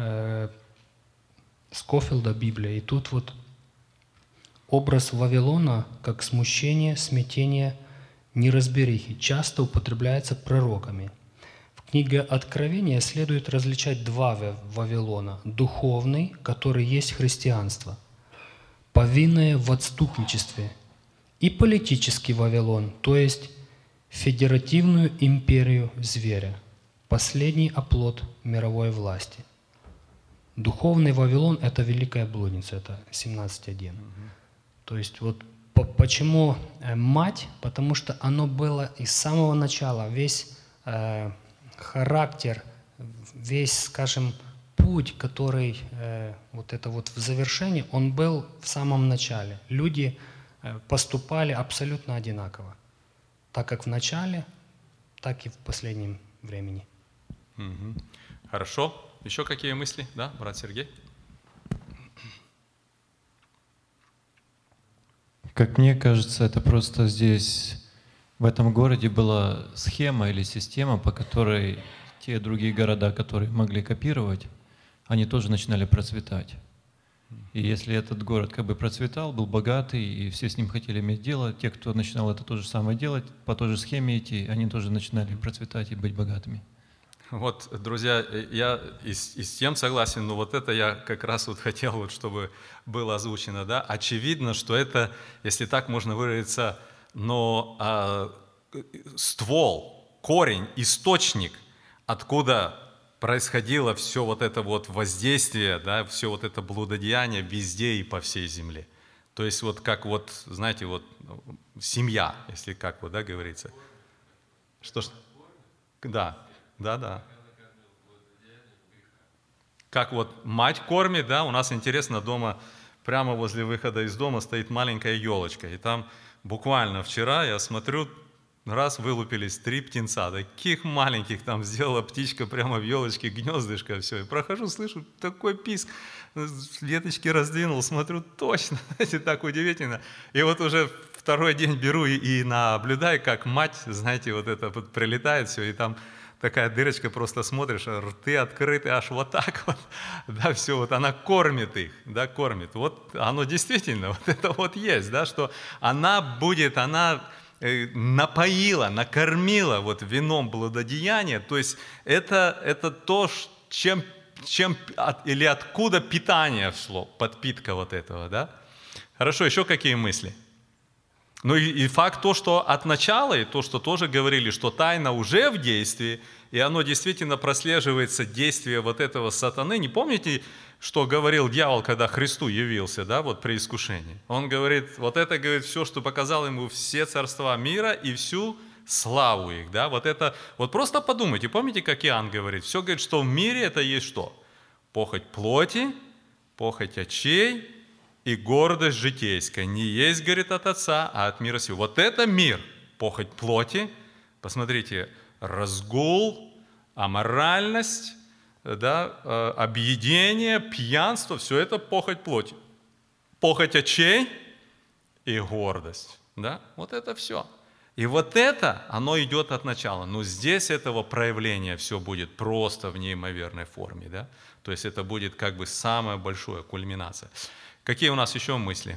Скофилда Библия, и тут вот образ Вавилона как смущение, смятение, неразберихи часто употребляется пророками. В книге Откровения следует различать два Вавилона. Духовный, который есть христианство, повинное в отступничестве, и политический Вавилон, то есть федеративную империю зверя, последний оплот мировой власти. Духовный Вавилон – это великая блудница, это 17.1. То есть вот почему мать? Потому что оно было из самого начала, весь характер, весь, скажем, путь, который вот это вот в завершении, он был в самом начале. Люди поступали абсолютно одинаково, так как в начале, так и в последнем времени. Хорошо. Еще какие мысли? Да, брат Сергей? Как мне кажется, это просто здесь, в этом городе была схема или система, по которой те другие города, которые могли копировать, они тоже начинали процветать. И если этот город как бы процветал, был богатый, и все с ним хотели иметь дело, те, кто начинал это то же самое делать, по той же схеме идти, они тоже начинали процветать и быть богатыми. Вот, друзья, я и с тем согласен, но вот это я как раз вот хотел, вот, чтобы было озвучено, да. Очевидно, что это, если так можно выразиться, но ствол, корень, источник, откуда происходило все вот это вот воздействие, да, все вот это блудодеяние везде и по всей земле. То есть вот как вот, знаете, вот семья, если как вот, да, говорится. Что ж? Да. Да. Как вот мать кормит, да, у нас интересно дома, прямо возле выхода из дома стоит маленькая елочка. И там буквально вчера я смотрю, раз вылупились 3 птенца, таких маленьких, там сделала птичка прямо в елочке гнездышко, все. И прохожу, слышу такой писк, веточки раздвинул, смотрю, точно, знаете, так удивительно. И вот уже второй день беру и наблюдаю, как мать, знаете, вот это вот прилетает все, и там такая дырочка, просто смотришь, рты открыты аж вот так вот, да, все, вот она кормит их, да, кормит. Вот оно действительно, вот это вот есть, да, что она напоила, накормила вот вином блудодеяния, то есть это то, чем или откуда питание шло, подпитка вот этого, да. Хорошо, еще какие мысли? Ну и факт то, что от начала, и то, что тоже говорили, что тайна уже в действии, и оно действительно прослеживается, действие вот этого сатаны. Не помните, что говорил дьявол, когда Христу явился, да, вот при искушении? Он говорит, вот это, говорит, все, что показал ему все царства мира и всю славу их, да, вот это, вот просто подумайте, помните, как Иоанн говорит, все, говорит, что в мире это есть что? Похоть плоти, похоть очей и гордость житейская. Не есть, говорит, от Отца, а от мира сего. Вот это мир, похоть плоти, посмотрите, разгул, аморальность, да, объедение, пьянство, все это похоть плоти. Похоть очей и гордость, да, вот это все. И вот это, оно идет от начала. Но здесь этого проявления все будет просто в неимоверной форме, да. То есть это будет как бы самая большая кульминация. Какие у нас еще мысли?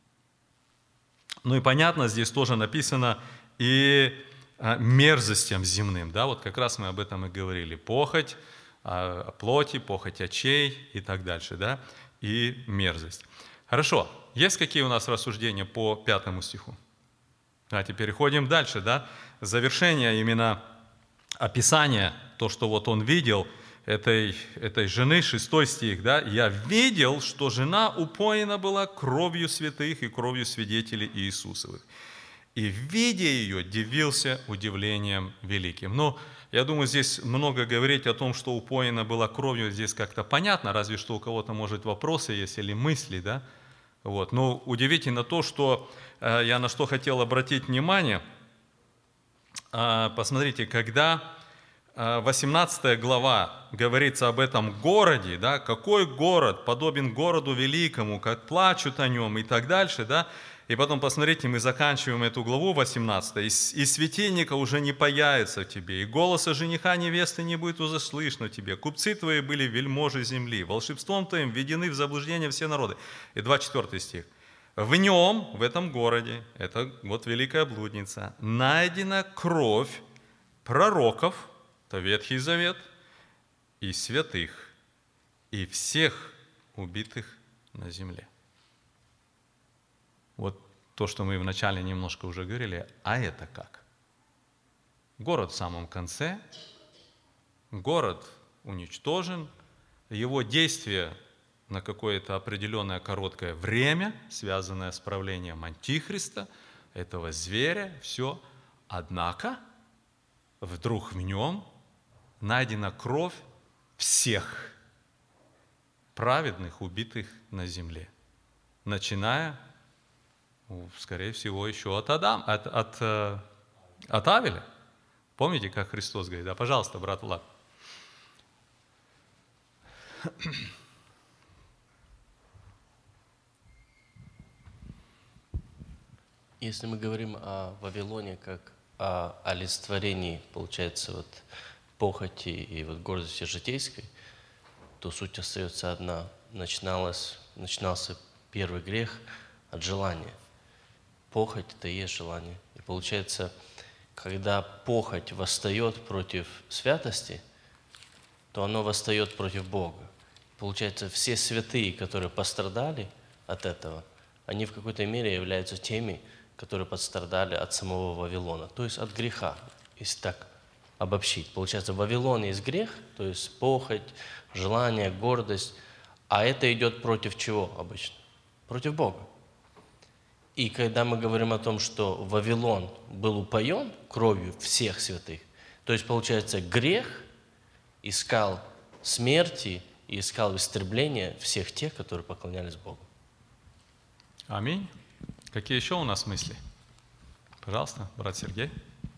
Ну и понятно, здесь тоже написано и мерзостям земным, да, вот как раз мы об этом и говорили. Похоть плоти, похоть очей и так дальше, да, и мерзость. Хорошо, есть какие у нас рассуждения по 5 стиху? Давайте переходим дальше, да, завершение именно описания, то, что вот он видел, этой жены, 6 стих, да, «Я видел, что жена упоена была кровью святых и кровью свидетелей Иисусовых, и, видя ее, дивился удивлением великим». Ну, я думаю, здесь много говорить о том, что упоена была кровью, здесь как-то понятно, разве что у кого-то, может, вопросы есть или мысли, да, вот. Но удивительно то, что я на что хотел обратить внимание, посмотрите, когда 18 глава говорится об этом городе, да, какой город подобен городу великому, как плачут о нем и так дальше, да, и потом, посмотрите, мы заканчиваем эту главу 18, «И светильника уже не появится в тебе, и голоса жениха невесты не будет уже слышно в тебе. Купцы твои были вельможи земли, волшебством твоим введены в заблуждение все народы». И 24 стих. «В нем, в этом городе, это вот великая блудница, найдена кровь пророков», это Ветхий Завет, «и святых, и всех убитых на земле». Вот то, что мы вначале немножко уже говорили, а это как? Город в самом конце, город уничтожен, его действие на какое-то определенное короткое время, связанное с правлением Антихриста, этого зверя, все. Однако, вдруг в нем найдена кровь всех праведных, убитых на земле, начиная, скорее всего, еще от Авеля. Помните, как Христос говорит? Да, пожалуйста, брат Влад. Если мы говорим о Вавилоне как о олицетворении, получается, вот похоти и вот гордости житейской, то суть остается одна. Начинался первый грех от желания. Похоть – это и есть желание. И получается, когда похоть восстает против святости, то оно восстает против Бога. Получается, все святые, которые пострадали от этого, они в какой-то мере являются теми, которые пострадали от самого Вавилона, то есть от греха, если так обобщить. Получается, в Вавилоне есть грех, то есть похоть, желание, гордость, а это идет против чего обычно? Против Бога. И когда мы говорим о том, что Вавилон был упоен кровью всех святых, то есть, получается, грех искал смерти и искал истребления всех тех, которые поклонялись Богу. Аминь. Какие еще у нас мысли? Пожалуйста, брат Сергей.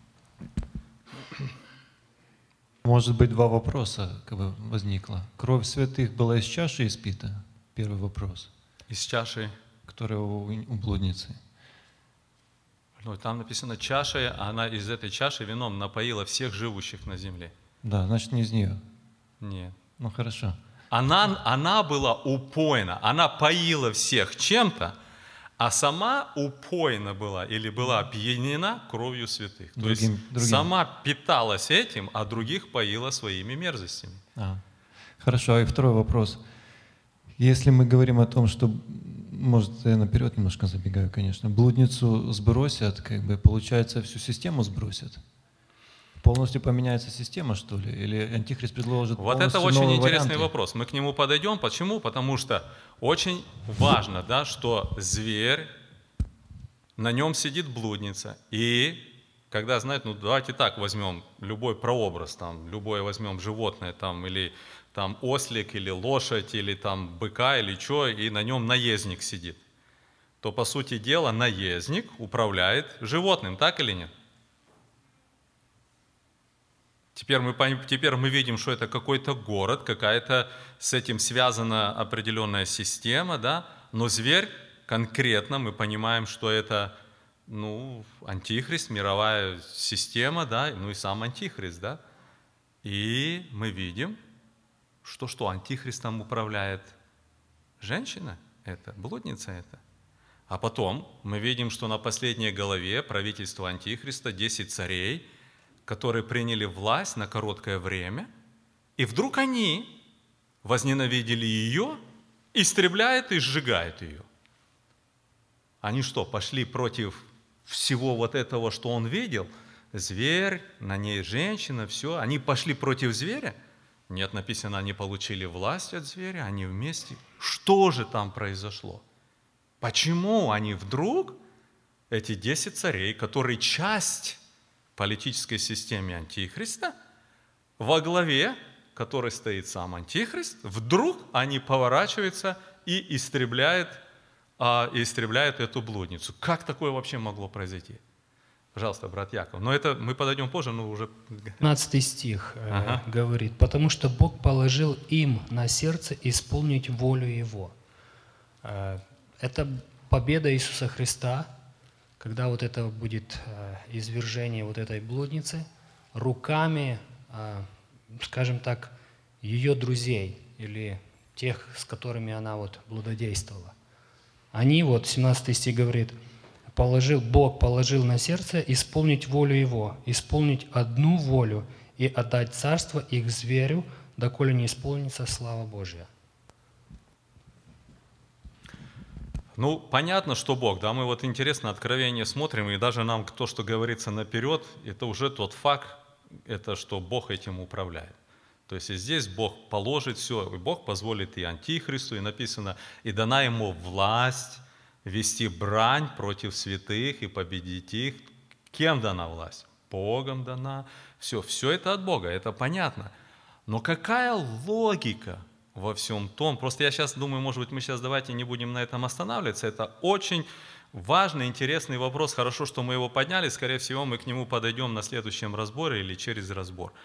Может быть, 2 вопроса как бы возникло. Кровь святых была из чаши испита? Первый вопрос. Из чаши. Которая у блудницы. Ну, там написано чашей, а она из этой чаши вином напоила всех живущих на земле. Да, значит, не из нее. Нет. Ну, хорошо. Она была упоена, она поила всех чем-то, а сама упоена была или была опьянена кровью святых. То есть сама питалась этим, а других поила своими мерзостями. Хорошо, и второй вопрос. Если мы говорим о том, что, может, я наперед немножко забегаю, конечно, блудницу сбросят, как бы, получается, всю систему сбросят? Полностью поменяется система, что ли? Или Антихрист предложит вот полностью это очень новые интересный варианты? вопрос. Мы к нему подойдем. Почему? Потому что очень важно, да, что зверь, на нем сидит блудница. И когда, знаете, ну давайте так возьмем любой прообраз, там, любое возьмем животное, там, или там ослик, или лошадь, или там быка, или что, и на нем наездник сидит. То, по сути дела, наездник управляет животным, так или нет? Теперь мы видим, что это какой-то город, какая-то с этим связана определенная система, да? Но зверь конкретно, мы понимаем, что это, ну, антихрист, мировая система, да, ну и сам антихрист, да? И мы видим, что антихристом управляет женщина, это, блудница это. А потом мы видим, что на последней главе правительства антихриста 10 царей, которые приняли власть на короткое время, и вдруг они возненавидели ее, истребляют и сжигают ее. Они что, пошли против всего вот этого, что он видел? Зверь, на ней женщина, все. Они пошли против зверя? Нет, написано, они получили власть от зверя, они вместе. Что же там произошло? Почему они вдруг, эти 10 царей, которые часть политической системе Антихриста, во главе которой стоит сам Антихрист, вдруг они поворачиваются и истребляют эту блудницу. Как такое вообще могло произойти? Пожалуйста, брат Яков. Но это мы подойдем позже, но уже... 15 стих говорит, «Потому что Бог положил им на сердце исполнить волю Его». Это победа Иисуса Христа, когда вот это будет извержение вот этой блудницы руками, скажем так, ее друзей или тех, с которыми она вот блудодействовала. Они, вот 17 стих говорит, Бог положил на сердце исполнить волю Его, исполнить одну волю и отдать царство их зверю, доколе не исполнится слава Божья. Ну, понятно, что Бог, да, мы вот интересно Откровение смотрим, и даже нам то, что говорится наперед, это уже тот факт, это что Бог этим управляет. То есть и здесь Бог положит все, и Бог позволит и Антихристу, и написано, и дана ему власть вести брань против святых и победить их. Кем дана власть? Богом дана. Все это от Бога, это понятно. Но какая логика во всем том? Просто я сейчас думаю, может быть, мы сейчас давайте не будем на этом останавливаться. Это очень важный, интересный вопрос. Хорошо, что мы его подняли. Скорее всего, мы к нему подойдем на следующем разборе или через разбор.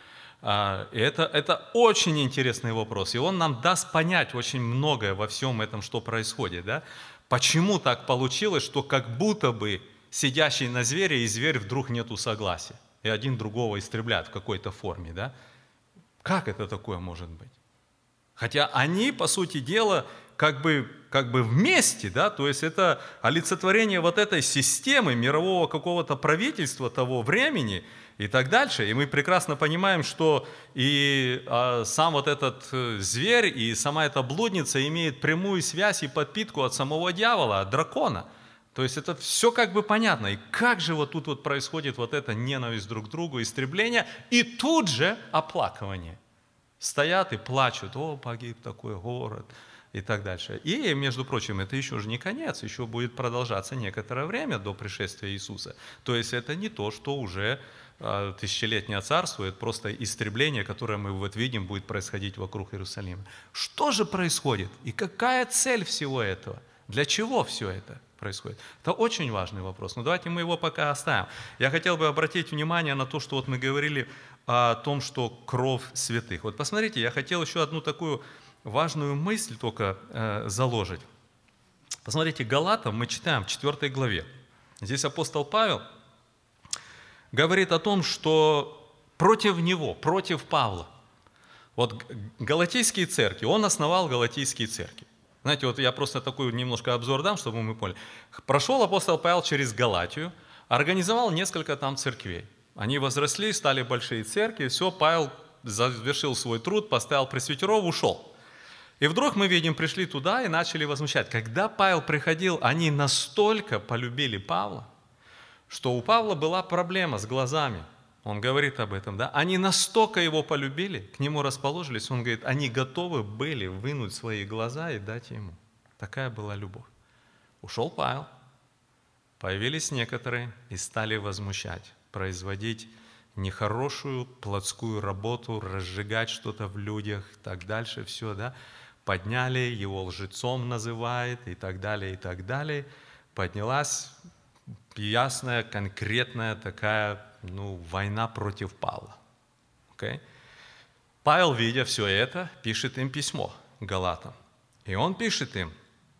Это очень интересный вопрос. И он нам даст понять очень многое во всем этом, что происходит. Да? Почему так получилось, что как будто бы сидящий на звере и зверь вдруг нету согласия, и один другого истребляет в какой-то форме, да? Как это такое может быть? Хотя они, по сути дела, как бы вместе, да, то есть это олицетворение вот этой системы мирового какого-то правительства того времени и так дальше. И мы прекрасно понимаем, что и сам вот этот зверь, и сама эта блудница имеет прямую связь и подпитку от самого дьявола, от дракона. То есть это все как бы понятно. И как же вот тут вот происходит вот эта ненависть друг к другу, истребление, и тут же оплакивание. Стоят и плачут, о, погиб такой город, и так дальше. И, между прочим, это еще же не конец, еще будет продолжаться некоторое время до пришествия Иисуса. То есть это не то, что уже тысячелетнее царство, это просто истребление, которое мы вот видим, будет происходить вокруг Иерусалима. Что же происходит? И какая цель всего этого? Для чего все это происходит? Это очень важный вопрос. Но давайте мы его пока оставим. Я хотел бы обратить внимание на то, что вот мы говорили о том, что кровь святых. Вот посмотрите, я хотел еще одну такую важную мысль только заложить. Посмотрите, Галатам мы читаем в 4 главе. Здесь апостол Павел говорит о том, что против него, против Павла. Вот галатийские церкви, он основал галатийские церкви. Знаете, вот я просто такой немножко обзор дам, чтобы мы поняли. Прошел апостол Павел через Галатию, организовал несколько там церквей. Они возросли, стали большие церкви, все, Павел завершил свой труд, поставил пресвитеров, ушел. И вдруг мы видим, пришли туда и начали возмущать. Когда Павел приходил, они настолько полюбили Павла, что у Павла была проблема с глазами. Он говорит об этом, да? Они настолько его полюбили, к нему расположились, он говорит, они готовы были вынуть свои глаза и дать ему. Такая была любовь. Ушел Павел, появились некоторые и стали возмущать, производить нехорошую плотскую работу, разжигать что-то в людях и так дальше, все, да? Подняли, его лжецом называет и так далее, и так далее. Поднялась ясная, конкретная такая, война против Павла. Okay? Павел, видя все это, пишет им письмо галатам. И он пишет им,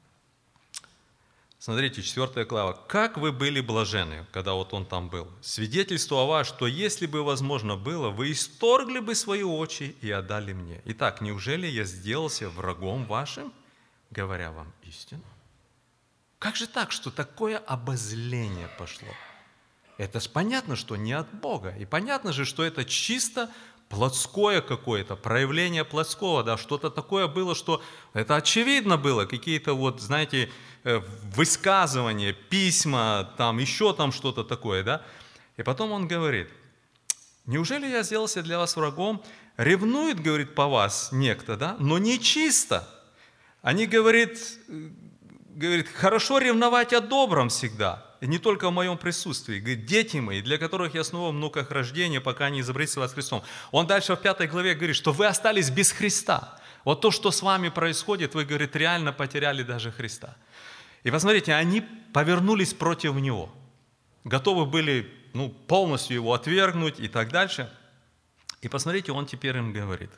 смотрите, 4 глава. «Как вы были блаженны», когда вот он там был, «свидетельство о вас, что если бы возможно было, вы исторгли бы свои очи и отдали мне. Итак, неужели я сделался врагом вашим, говоря вам истину?» Как же так, что такое обозление пошло? Это ж понятно, что не от Бога. И понятно же, что это чисто плотское какое-то, проявление плотского, да, что-то такое было, что это очевидно было, какие-то вот, знаете, высказывания, письма, там еще там что-то такое, да. И потом он говорит, неужели я сделался для вас врагом? Ревнует, говорит, по вас некто, да, но не чисто. Они, говорит, хорошо ревновать о добром всегда, и не только в моем присутствии. Говорит, дети мои, для которых я снова в муках рождения, пока не изобретется вас Христом. Он дальше в 5 главе говорит, что вы остались без Христа. Вот то, что с вами происходит, вы, говорит, реально потеряли даже Христа. И посмотрите, они повернулись против Него. Готовы были полностью Его отвергнуть и так дальше. И посмотрите, Он теперь им говорит.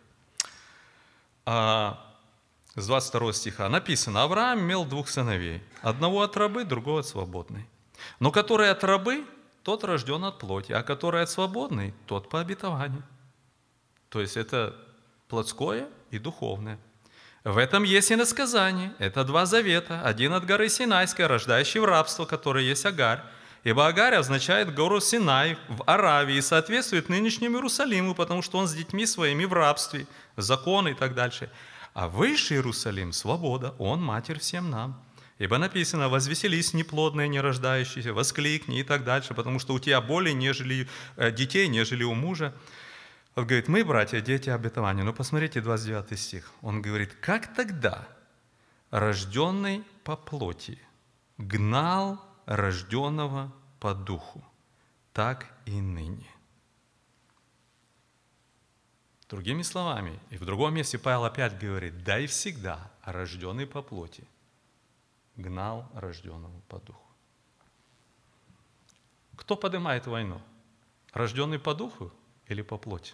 С 22 стиха написано, Авраам имел 2 сыновей, одного от рабы, другого от свободной. Но который от рабы, тот рожден от плоти, а который от свободной, тот по обетованию. То есть это плотское и духовное. В этом есть иносказание. Это 2 завета. Один от горы Синайской, рождающий в рабство, который есть Агарь. Ибо Агарь означает гору Синай в Аравии и соответствует нынешнему Иерусалиму, потому что он с детьми своими в рабстве, закон и так дальше. А высший Иерусалим – свобода, он матерь всем нам. Ибо написано, возвеселись неплодные, нерождающиеся, воскликни и так дальше, потому что у тебя более детей, нежели у мужа. Он говорит, мы, братья, дети обетования. Но посмотрите 29 стих. Он говорит, как тогда рожденный по плоти гнал рожденного по духу, так и ныне. Другими словами, и в другом месте Павел опять говорит, да и всегда рожденный по плоти гнал рожденного по духу. Кто поднимает войну? Рожденный по духу или по плоти?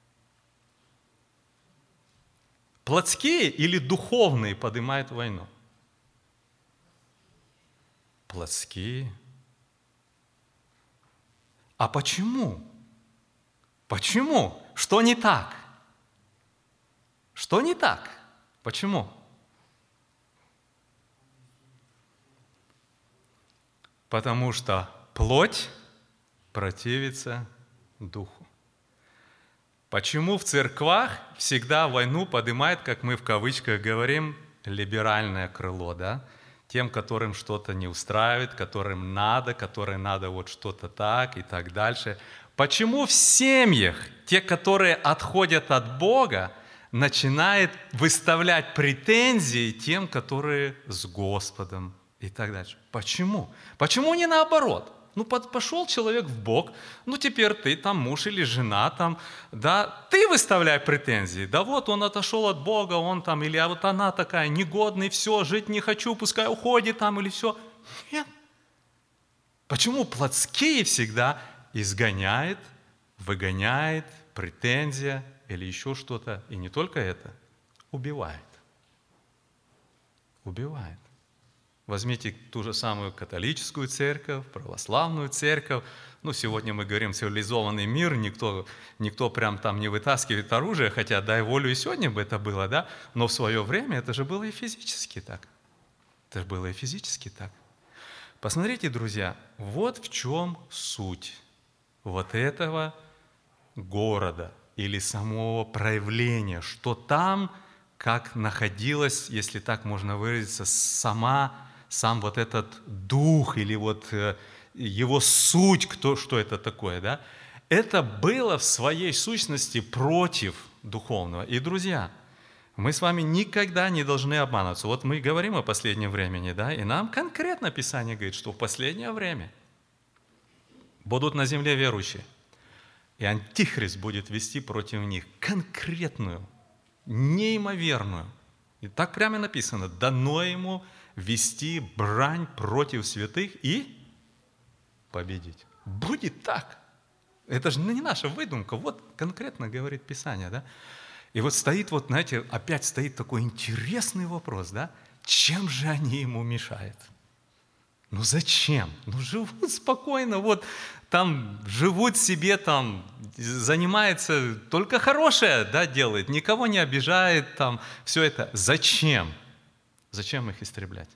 Плотские или духовные поднимают войну? Плотские. А почему? Почему? Что не так? Что не так? Почему? Потому что плоть противится духу. Почему в церквах всегда войну поднимает, как мы в кавычках говорим, либеральное крыло, да? Тем, которым что-то не устраивает, которым надо вот что-то так и так дальше. Почему в семьях те, которые отходят от Бога, начинают выставлять претензии тем, которые с Господом и так дальше? Почему? Почему не наоборот? Пошел человек в Бог, теперь ты там муж или жена там, да, ты выставляй претензии, да вот он отошел от Бога, он там, или вот она такая негодная, все, жить не хочу, пускай уходит там, или все. Нет. Почему плотские всегда изгоняет, выгоняет, претензия или еще что-то, и не только это, убивает. Убивает. Возьмите ту же самую католическую церковь, православную церковь. Ну, сегодня мы говорим цивилизованный мир, никто прям там не вытаскивает оружие, хотя дай волю и сегодня бы это было, да? Но в свое время это же было и физически так. Это же было и физически так. Посмотрите, друзья, вот в чем суть вот этого города или самого проявления, что там, как находилась, если так можно выразиться, сам вот этот дух или вот его суть, что это такое, да? Это было в своей сущности против духовного. И, друзья, мы с вами никогда не должны обманываться. Вот мы говорим о последнем времени, да, и нам конкретно Писание говорит, что в последнее время будут на земле верующие, и Антихрист будет вести против них конкретную, неимоверную. И так прямо написано: дано ему вести брань против святых и победить. Будет так. Это же не наша выдумка, вот конкретно говорит Писание, да? И вот стоит, вот, знаете, опять стоит такой интересный вопрос, да? Чем же они ему мешают? Ну зачем? Ну живут спокойно, вот там живут себе, там занимается, только хорошее, да, делает, никого не обижает, там все это. Зачем? Зачем их истреблять?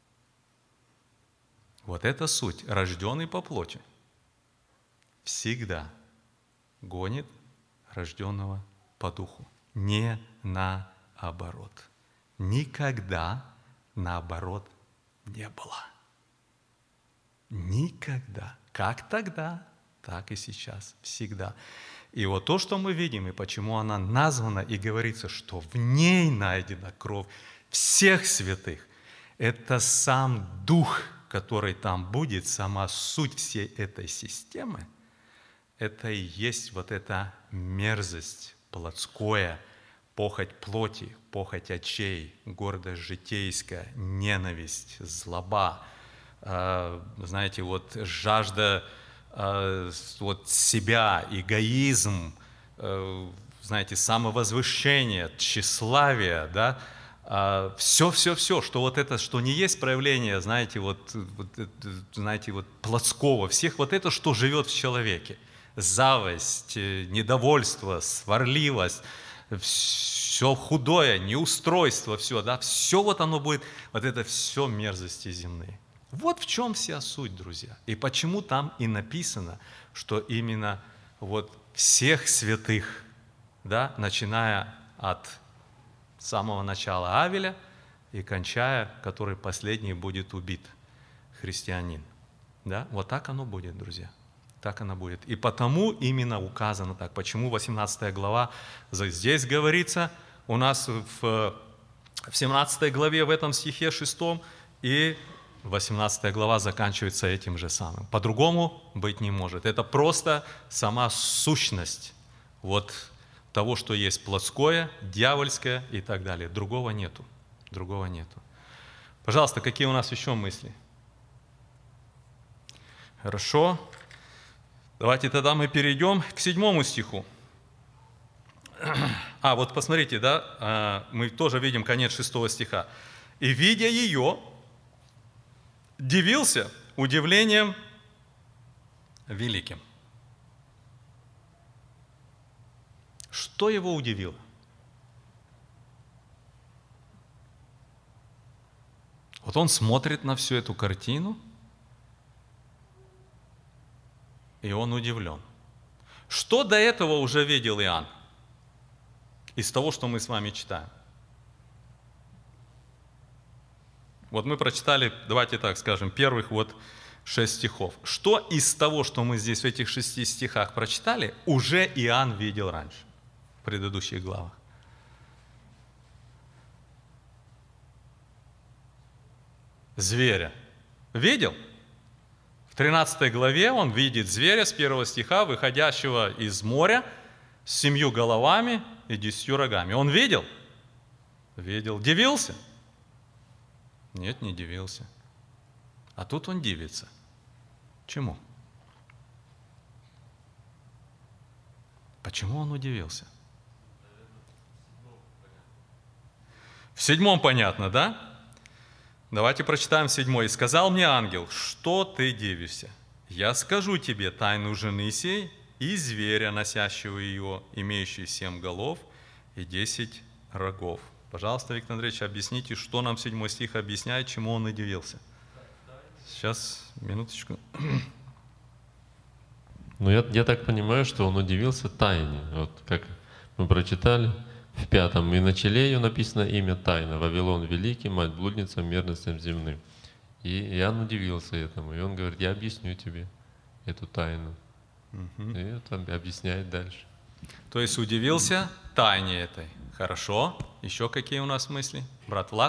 Вот это суть. Рожденный по плоти всегда гонит рожденного по духу. Не наоборот. Никогда наоборот не было. Никогда. Как тогда, так и сейчас. Всегда. И вот то, что мы видим, и почему она названа, и говорится, что в ней найдена кровь всех святых, это сам Дух, который там будет, сама суть всей этой системы, это и есть вот эта мерзость плотская, похоть плоти, похоть очей, гордость житейская, ненависть, злоба, знаете, вот жажда вот себя, эгоизм, знаете, самовозвышение, тщеславие, да, все, что вот это, что не есть проявление, знаете, знаете, вот плотского, всех вот это, что живет в человеке. Зависть, недовольство, сварливость, все худое, неустройство, все, да, все вот оно будет, вот это все мерзости земные. Вот в чем вся суть, друзья. И почему там и написано, что именно вот всех святых, да, начиная от самого начала Авеля и кончая, который последний будет убит, христианин. Да? Вот так оно будет, друзья. Так оно будет. И потому именно указано так. Почему 18 глава здесь говорится, у нас в 17 главе, в этом стихе 6, и 18 глава заканчивается этим же самым. По-другому быть не может. Это просто сама сущность вот того, что есть плотское, дьявольское и так далее. Другого нету. Другого нету. Пожалуйста, какие у нас еще мысли? Хорошо. Давайте тогда мы перейдем к 7 стиху. Вот посмотрите, да, мы тоже видим конец 6 стиха. «И, видя ее, дивился удивлением великим». Что его удивило? Вот он смотрит на всю эту картину, и он удивлен. Что до этого уже видел Иоанн? Из того, что мы с вами читаем. Вот мы прочитали, давайте так скажем, первых 6 стихов. Что из того, что мы здесь в этих 6 стихах прочитали, уже Иоанн видел раньше, в предыдущих главах? Зверя. Видел? В 13 главе он видит зверя с 1 стиха, выходящего из моря с 7 головами и 10 рогами. Он видел? Видел. Дивился? Нет, не дивился. А тут он дивится. Чему? Почему он удивился? В 7 понятно, да? Давайте прочитаем 7. «И сказал мне ангел, что ты дивишься? Я скажу тебе тайну жены сей и зверя, носящего ее, имеющий 7 голов и 10 рогов». Пожалуйста, Виктор Андреевич, объясните, что нам 7 стих объясняет, чему он удивился. Сейчас, минуточку. Ну, я так понимаю, что он удивился тайне. Вот как мы прочитали в 5. «И на челе ее написано имя тайна, Вавилон Великий, мать блудница, мерностям земным». И Иоанн удивился этому, и он говорит: я объясню тебе эту тайну. И вот он объясняет дальше. То есть удивился тайне этой. Хорошо. Еще какие у нас мысли? Брат Влад?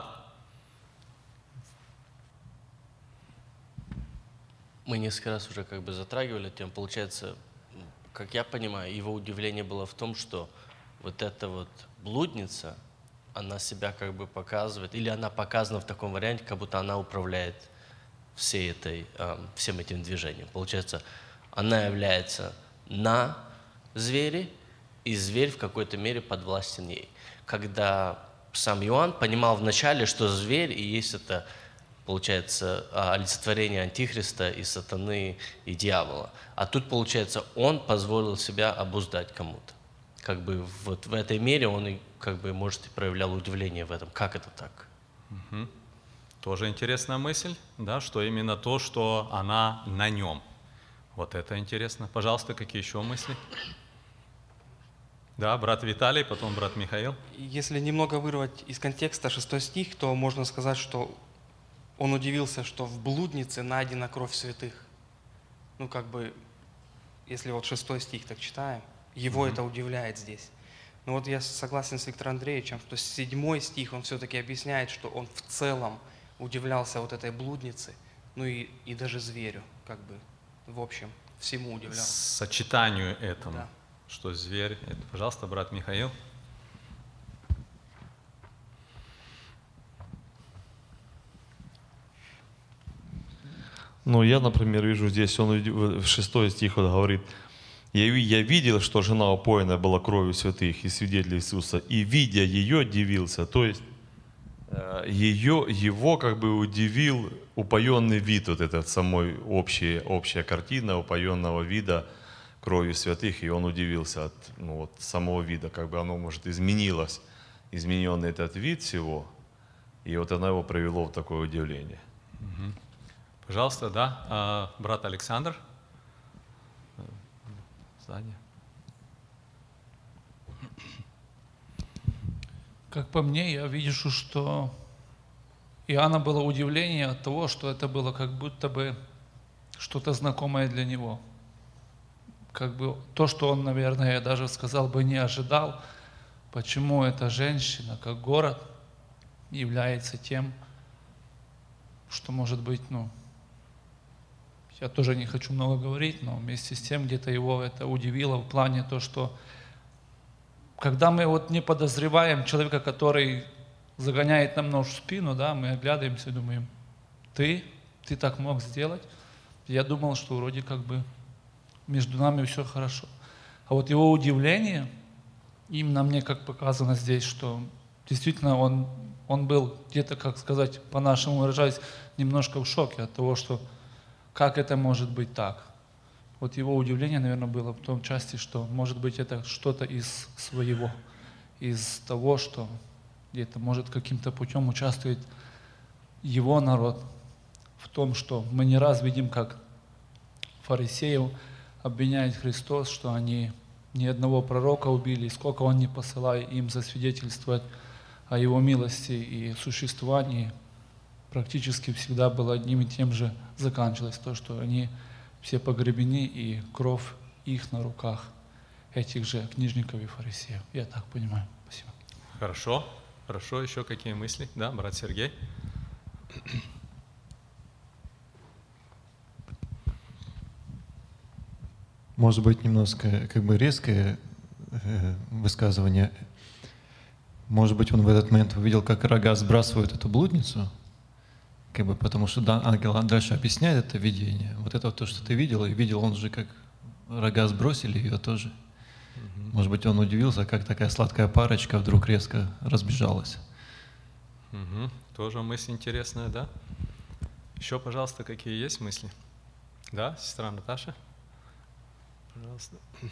Мы несколько раз уже как бы затрагивали тему. Получается, как я понимаю, его удивление было в том, что вот эта вот блудница, она себя как бы показывает, или она показана в таком варианте, как будто она управляет всем этим движением. Получается, она является на звере, и зверь в какой-то мере подвластен ей. Когда сам Иоанн понимал вначале, что зверь и есть это, получается, олицетворение Антихриста и сатаны, и дьявола. А тут, получается, он позволил себя обуздать кому-то. Как бы вот в этой мере он и, как бы, может, и проявлял удивление в этом. Как это так? Тоже интересная мысль, да, что именно то, что она на нем. Вот это интересно. Пожалуйста, какие еще мысли? Да, брат Виталий, потом брат Михаил. Если немного вырвать из контекста 6 стих, то можно сказать, что он удивился, что в блуднице найдена кровь святых. Ну, как бы, если вот 6 стих так читаем, его это удивляет здесь. Но вот я согласен с Виктором Андреевичем, что 7 стих, он все-таки объясняет, что он в целом удивлялся вот этой блуднице, ну и даже зверю, как бы, в общем, всему удивлялся. Сочетанию этому, Да. что зверь. Это, пожалуйста, брат Михаил. Ну, я, например, вижу здесь, он в 6 стих вот говорит: «Я видел, что жена упоенная была кровью святых и свидетелей Иисуса, и, видя ее, дивился». То есть его как бы удивил упоенный вид, вот этот самой общая картина упоенного вида кровью святых, и он удивился от самого вида, как бы оно, может, изменилось, измененный этот вид всего, и вот оно его привело в такое удивление. Пожалуйста, да, брат Александр. Сзади. Как по мне, я вижу, что Иоанна было удивление от того, что это было как будто бы что-то знакомое для него. Как бы то, что он, наверное, я даже сказал бы, не ожидал, почему эта женщина, как город, является тем, что, может быть, я тоже не хочу много говорить, но вместе с тем где-то его это удивило в плане то, что когда мы вот не подозреваем человека, который загоняет нам нож в спину, да, мы оглядываемся и думаем: ты так мог сделать? Я думал, что вроде как бы между нами все хорошо. А вот его удивление, именно мне как показано здесь, что действительно он был где-то, как сказать, по-нашему выражаясь, немножко в шоке от того, что как это может быть так. Вот его удивление, наверное, было в том части, что, может быть, это что-то из своего, из того, что где-то, может, каким-то путем участвует его народ в том, что мы не раз видим, как фарисеев обвиняет Христос, что они ни одного пророка убили, сколько он не посылает им засвидетельствовать о его милости и существовании, практически всегда было одним и тем же заканчивалось, то, что они все погребены, и кровь их на руках, этих же книжников и фарисеев. Я так понимаю. Спасибо. Хорошо. Еще какие мысли? Да, брат Сергей? Может быть, немножко как бы резкое высказывание. Может быть, он в этот момент увидел, как рога сбрасывают эту блудницу, как бы, потому что ангел дальше объясняет это видение. Вот это вот то, что ты видел, и видел он же, как рога сбросили ее тоже. Может быть, он удивился, как такая сладкая парочка вдруг резко разбежалась. Тоже мысль интересная, да? Еще, пожалуйста, какие есть мысли? Да, сестра Наташа? Пожалуйста.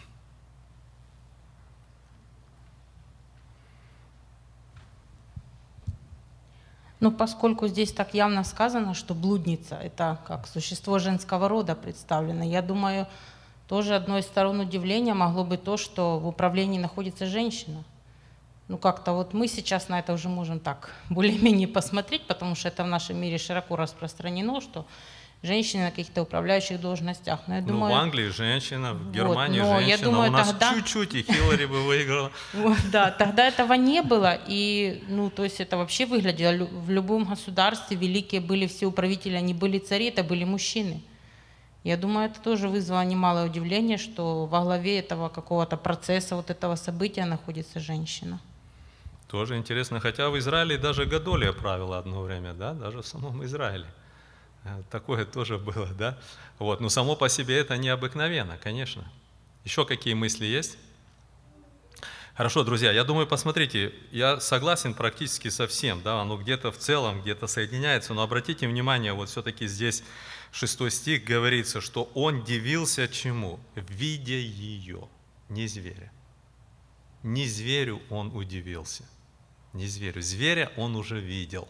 Ну, поскольку здесь так явно сказано, что блудница – это как существо женского рода представлено, я думаю, тоже одной из сторон удивления могло быть то, что в управлении находится женщина. Ну, как-то вот мы сейчас на это уже можем так более-менее посмотреть, потому что это в нашем мире широко распространено, что женщины на каких-то управляющих должностях. Но я думаю, в Англии женщина, в Германии вот, женщина, я думаю, у нас тогда... чуть-чуть, и Хиллари бы выиграла. Да, тогда этого не было, и, ну, то есть это вообще выглядело, в любом государстве великие были все управители, они были цари, это были мужчины. Я думаю, это тоже вызвало немалое удивление, что во главе этого какого-то процесса, вот этого события находится женщина. Тоже интересно, хотя в Израиле даже Гадолия правила одно время, да, даже в самом Израиле. Такое тоже было, да. Вот, но само по себе это необыкновенно, конечно. Еще какие мысли есть? Хорошо, друзья, я думаю, посмотрите, я согласен практически со всем, да, оно где-то в целом, где-то соединяется, но обратите внимание, вот все-таки здесь 6 стих говорится, что он дивился чему? Видя ее, не зверя. Не зверю он удивился, не зверю. Зверя он уже видел.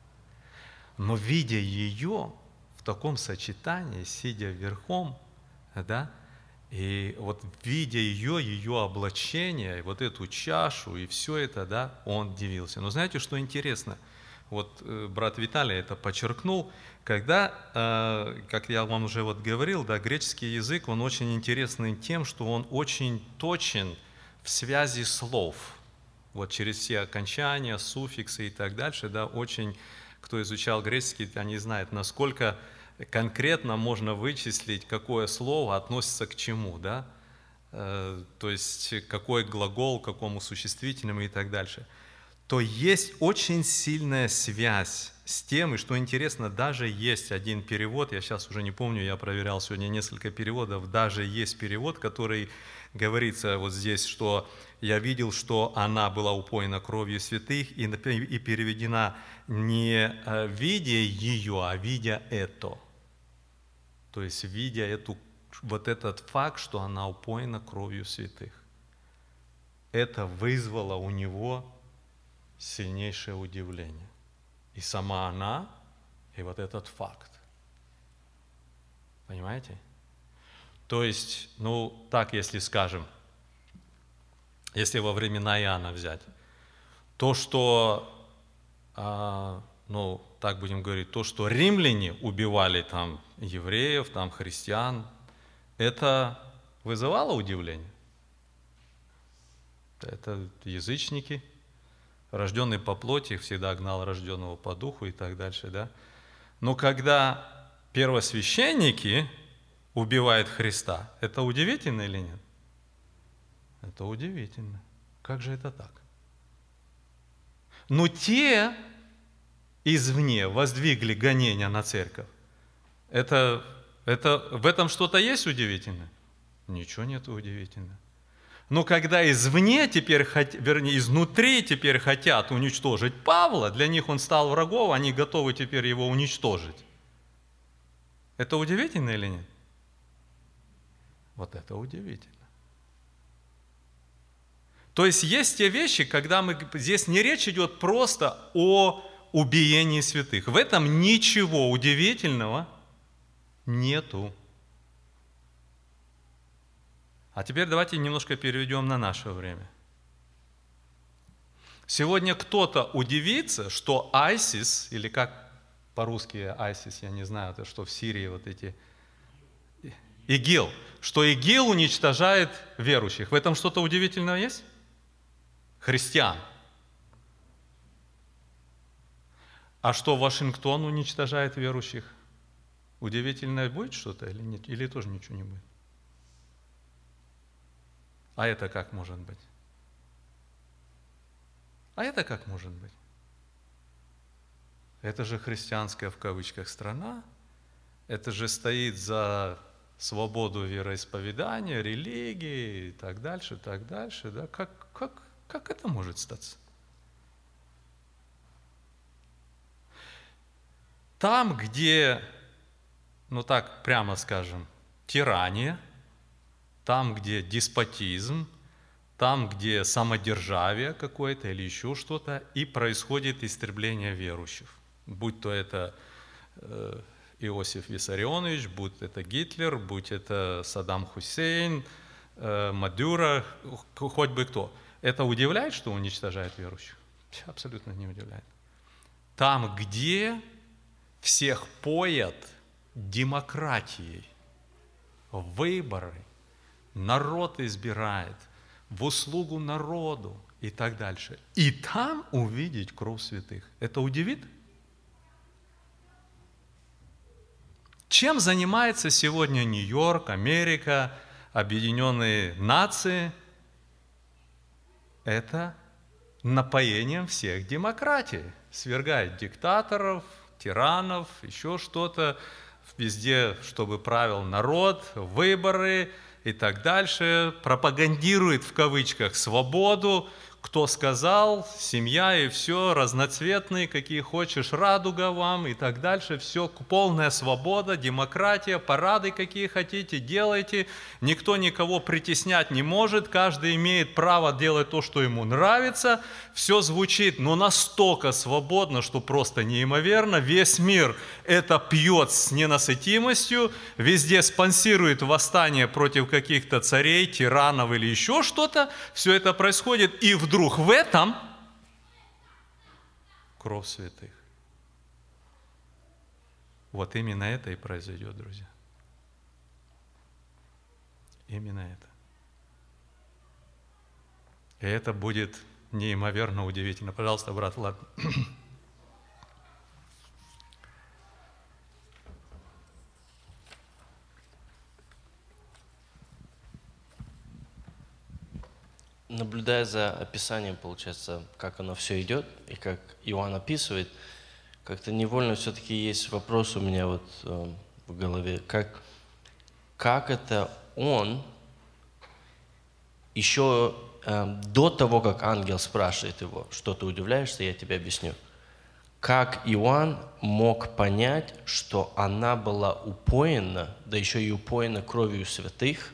Но видя ее в таком сочетании, сидя верхом, да, и вот видя ее облачение, вот эту чашу и все это, да, он дивился. Но знаете, что интересно? Вот брат Виталий это подчеркнул, когда, как я вам уже вот говорил, да, греческий язык, он очень интересный тем, что он очень точен в связи слов. Вот через все окончания, суффиксы и так дальше, да, очень... Кто изучал греческий, они знают, насколько конкретно можно вычислить, какое слово относится к чему, да? То есть какой глагол, к какому существительному и так дальше. То есть очень сильная связь с тем, и что интересно, даже есть один перевод, я сейчас уже не помню, я проверял сегодня несколько переводов, даже есть перевод, который говорится вот здесь, что я видел, что она была упоена кровью святых, и переведена не видя ее, а видя это. То есть видя вот этот факт, что она упоена кровью святых. Это вызвало у него сильнейшее удивление. И сама она, и вот этот факт. Понимаете? То есть, ну, так, если скажем, если во времена Иоанна взять, то, что, ну, так будем говорить, то, что римляне убивали там евреев, там христиан, это вызывало удивление. Это язычники, рожденный по плоти всегда гнал рожденного по духу и так дальше, да. Но когда первосвященники убивают Христа, это удивительно или нет? Это удивительно. Как же это так? Но те извне воздвигли гонения на церковь. В этом что-то есть удивительное? Ничего нет удивительного. Но когда извне теперь, вернее, изнутри теперь хотят уничтожить Павла, для них он стал врагом, они готовы теперь его уничтожить. Это удивительно или нет? Вот это удивительно. То есть есть те вещи, когда здесь не речь идет просто о убиении святых. В этом ничего удивительного нету. А теперь давайте немножко переведем на наше время. Сегодня кто-то удивится, что ISIS, или как по-русски ISIS, я не знаю, это что в Сирии вот эти... ИГИЛ, что ИГИЛ уничтожает верующих. В этом что-то удивительное есть? Христиан. А что Вашингтон уничтожает верующих? Удивительное будет что-то или нет? Или тоже ничего не будет? А это как может быть? А это как может быть? Это же христианская в кавычках страна, это же стоит за свободу вероисповедания, религии и так дальше, да? Как это может статься? Там, где, ну так прямо скажем, тирания, там, где деспотизм, там, где самодержавие какое-то или еще что-то, и происходит истребление верующих. Будь то это Иосиф Виссарионович, будь это Гитлер, будь это Саддам Хусейн, Мадуро, хоть бы кто. Это удивляет, что уничтожает верующих? Абсолютно не удивляет. Там, где всех поят демократией, выборы, народ избирает, в услугу народу и так дальше. И там увидеть кровь святых. Это удивит? Чем занимается сегодня Нью-Йорк, Америка, Объединенные Нации? Это напоением всех демократий. Свергает диктаторов, тиранов, еще что-то. Везде, чтобы правил народ, выборы и так дальше. Пропагандирует в кавычках свободу. Кто сказал, семья и все, разноцветные, какие хочешь, радуга вам и так дальше. Все, полная свобода, демократия, парады какие хотите, делайте. Никто никого притеснять не может, каждый имеет право делать то, что ему нравится. Все звучит, но настолько свободно, что просто неимоверно. Весь мир это пьет с ненасытимостью, везде спонсирует восстание против каких-то царей, тиранов или еще что-то. Все это происходит, и вдруг в этом кровь святых. Вот именно это и произойдет, друзья. Именно это. И это будет неимоверно удивительно. Пожалуйста, брат Влад. Наблюдая за описанием, получается, как оно все идет, и как Иоанн описывает, как-то невольно все-таки есть вопрос у меня вот в голове, как это он еще до того, как ангел спрашивает его, что ты удивляешься, я тебе объясню, как Иоанн мог понять, что она была упоена, да еще и упоена кровью святых,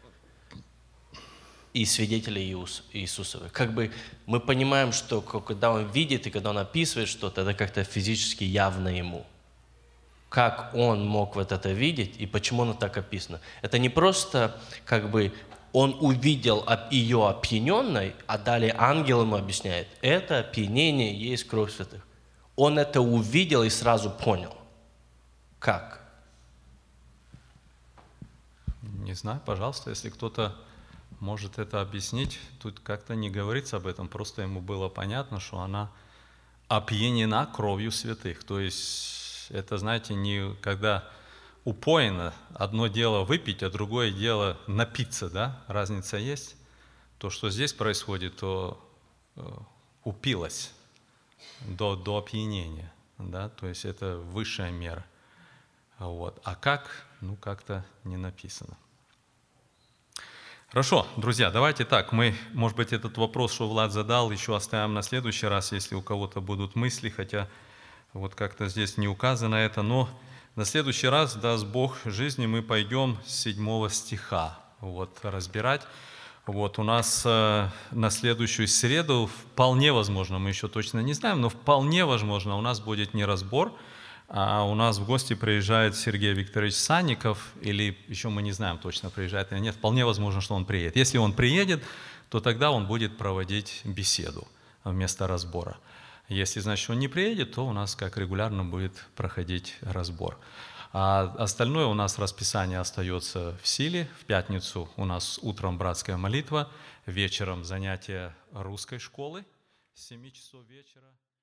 и свидетелей Иисусовых. Как бы мы понимаем, что когда он видит и когда он описывает что-то, это как-то физически явно ему. Как он мог вот это видеть и почему оно так описано? Это не просто как бы он увидел ее опьяненной, а далее ангел ему объясняет, это опьянение есть кровь святых. Он это увидел и сразу понял. Как? Не знаю, пожалуйста, если кто-то может это объяснить. Тут как-то не говорится об этом, просто ему было понятно, что она опьянена кровью святых. То есть это, знаете, не когда упоена, одно дело выпить, а другое дело напиться, да? Разница есть. То, что здесь происходит, то упилась до опьянения, да? То есть это высшая мера. Вот. А как? Ну, как-то не написано. Хорошо, друзья, давайте так, мы, может быть, этот вопрос, что Влад задал, еще оставим на следующий раз, если у кого-то будут мысли, хотя вот как-то здесь не указано это, но на следующий раз, даст Бог жизни, мы пойдем с 7 стиха вот, разбирать. Вот у нас на следующую среду, вполне возможно, мы еще точно не знаем, но вполне возможно, у нас будет не разбор, а у нас в гости приезжает Сергей Викторович Санников, или еще мы не знаем точно, приезжает или нет, вполне возможно, что он приедет. Если он приедет, то тогда он будет проводить беседу вместо разбора. Если, значит, он не приедет, то у нас как регулярно будет проходить разбор. А остальное у нас расписание остается в силе. В пятницу у нас утром братская молитва, вечером занятия русской школы с 7 часов вечера.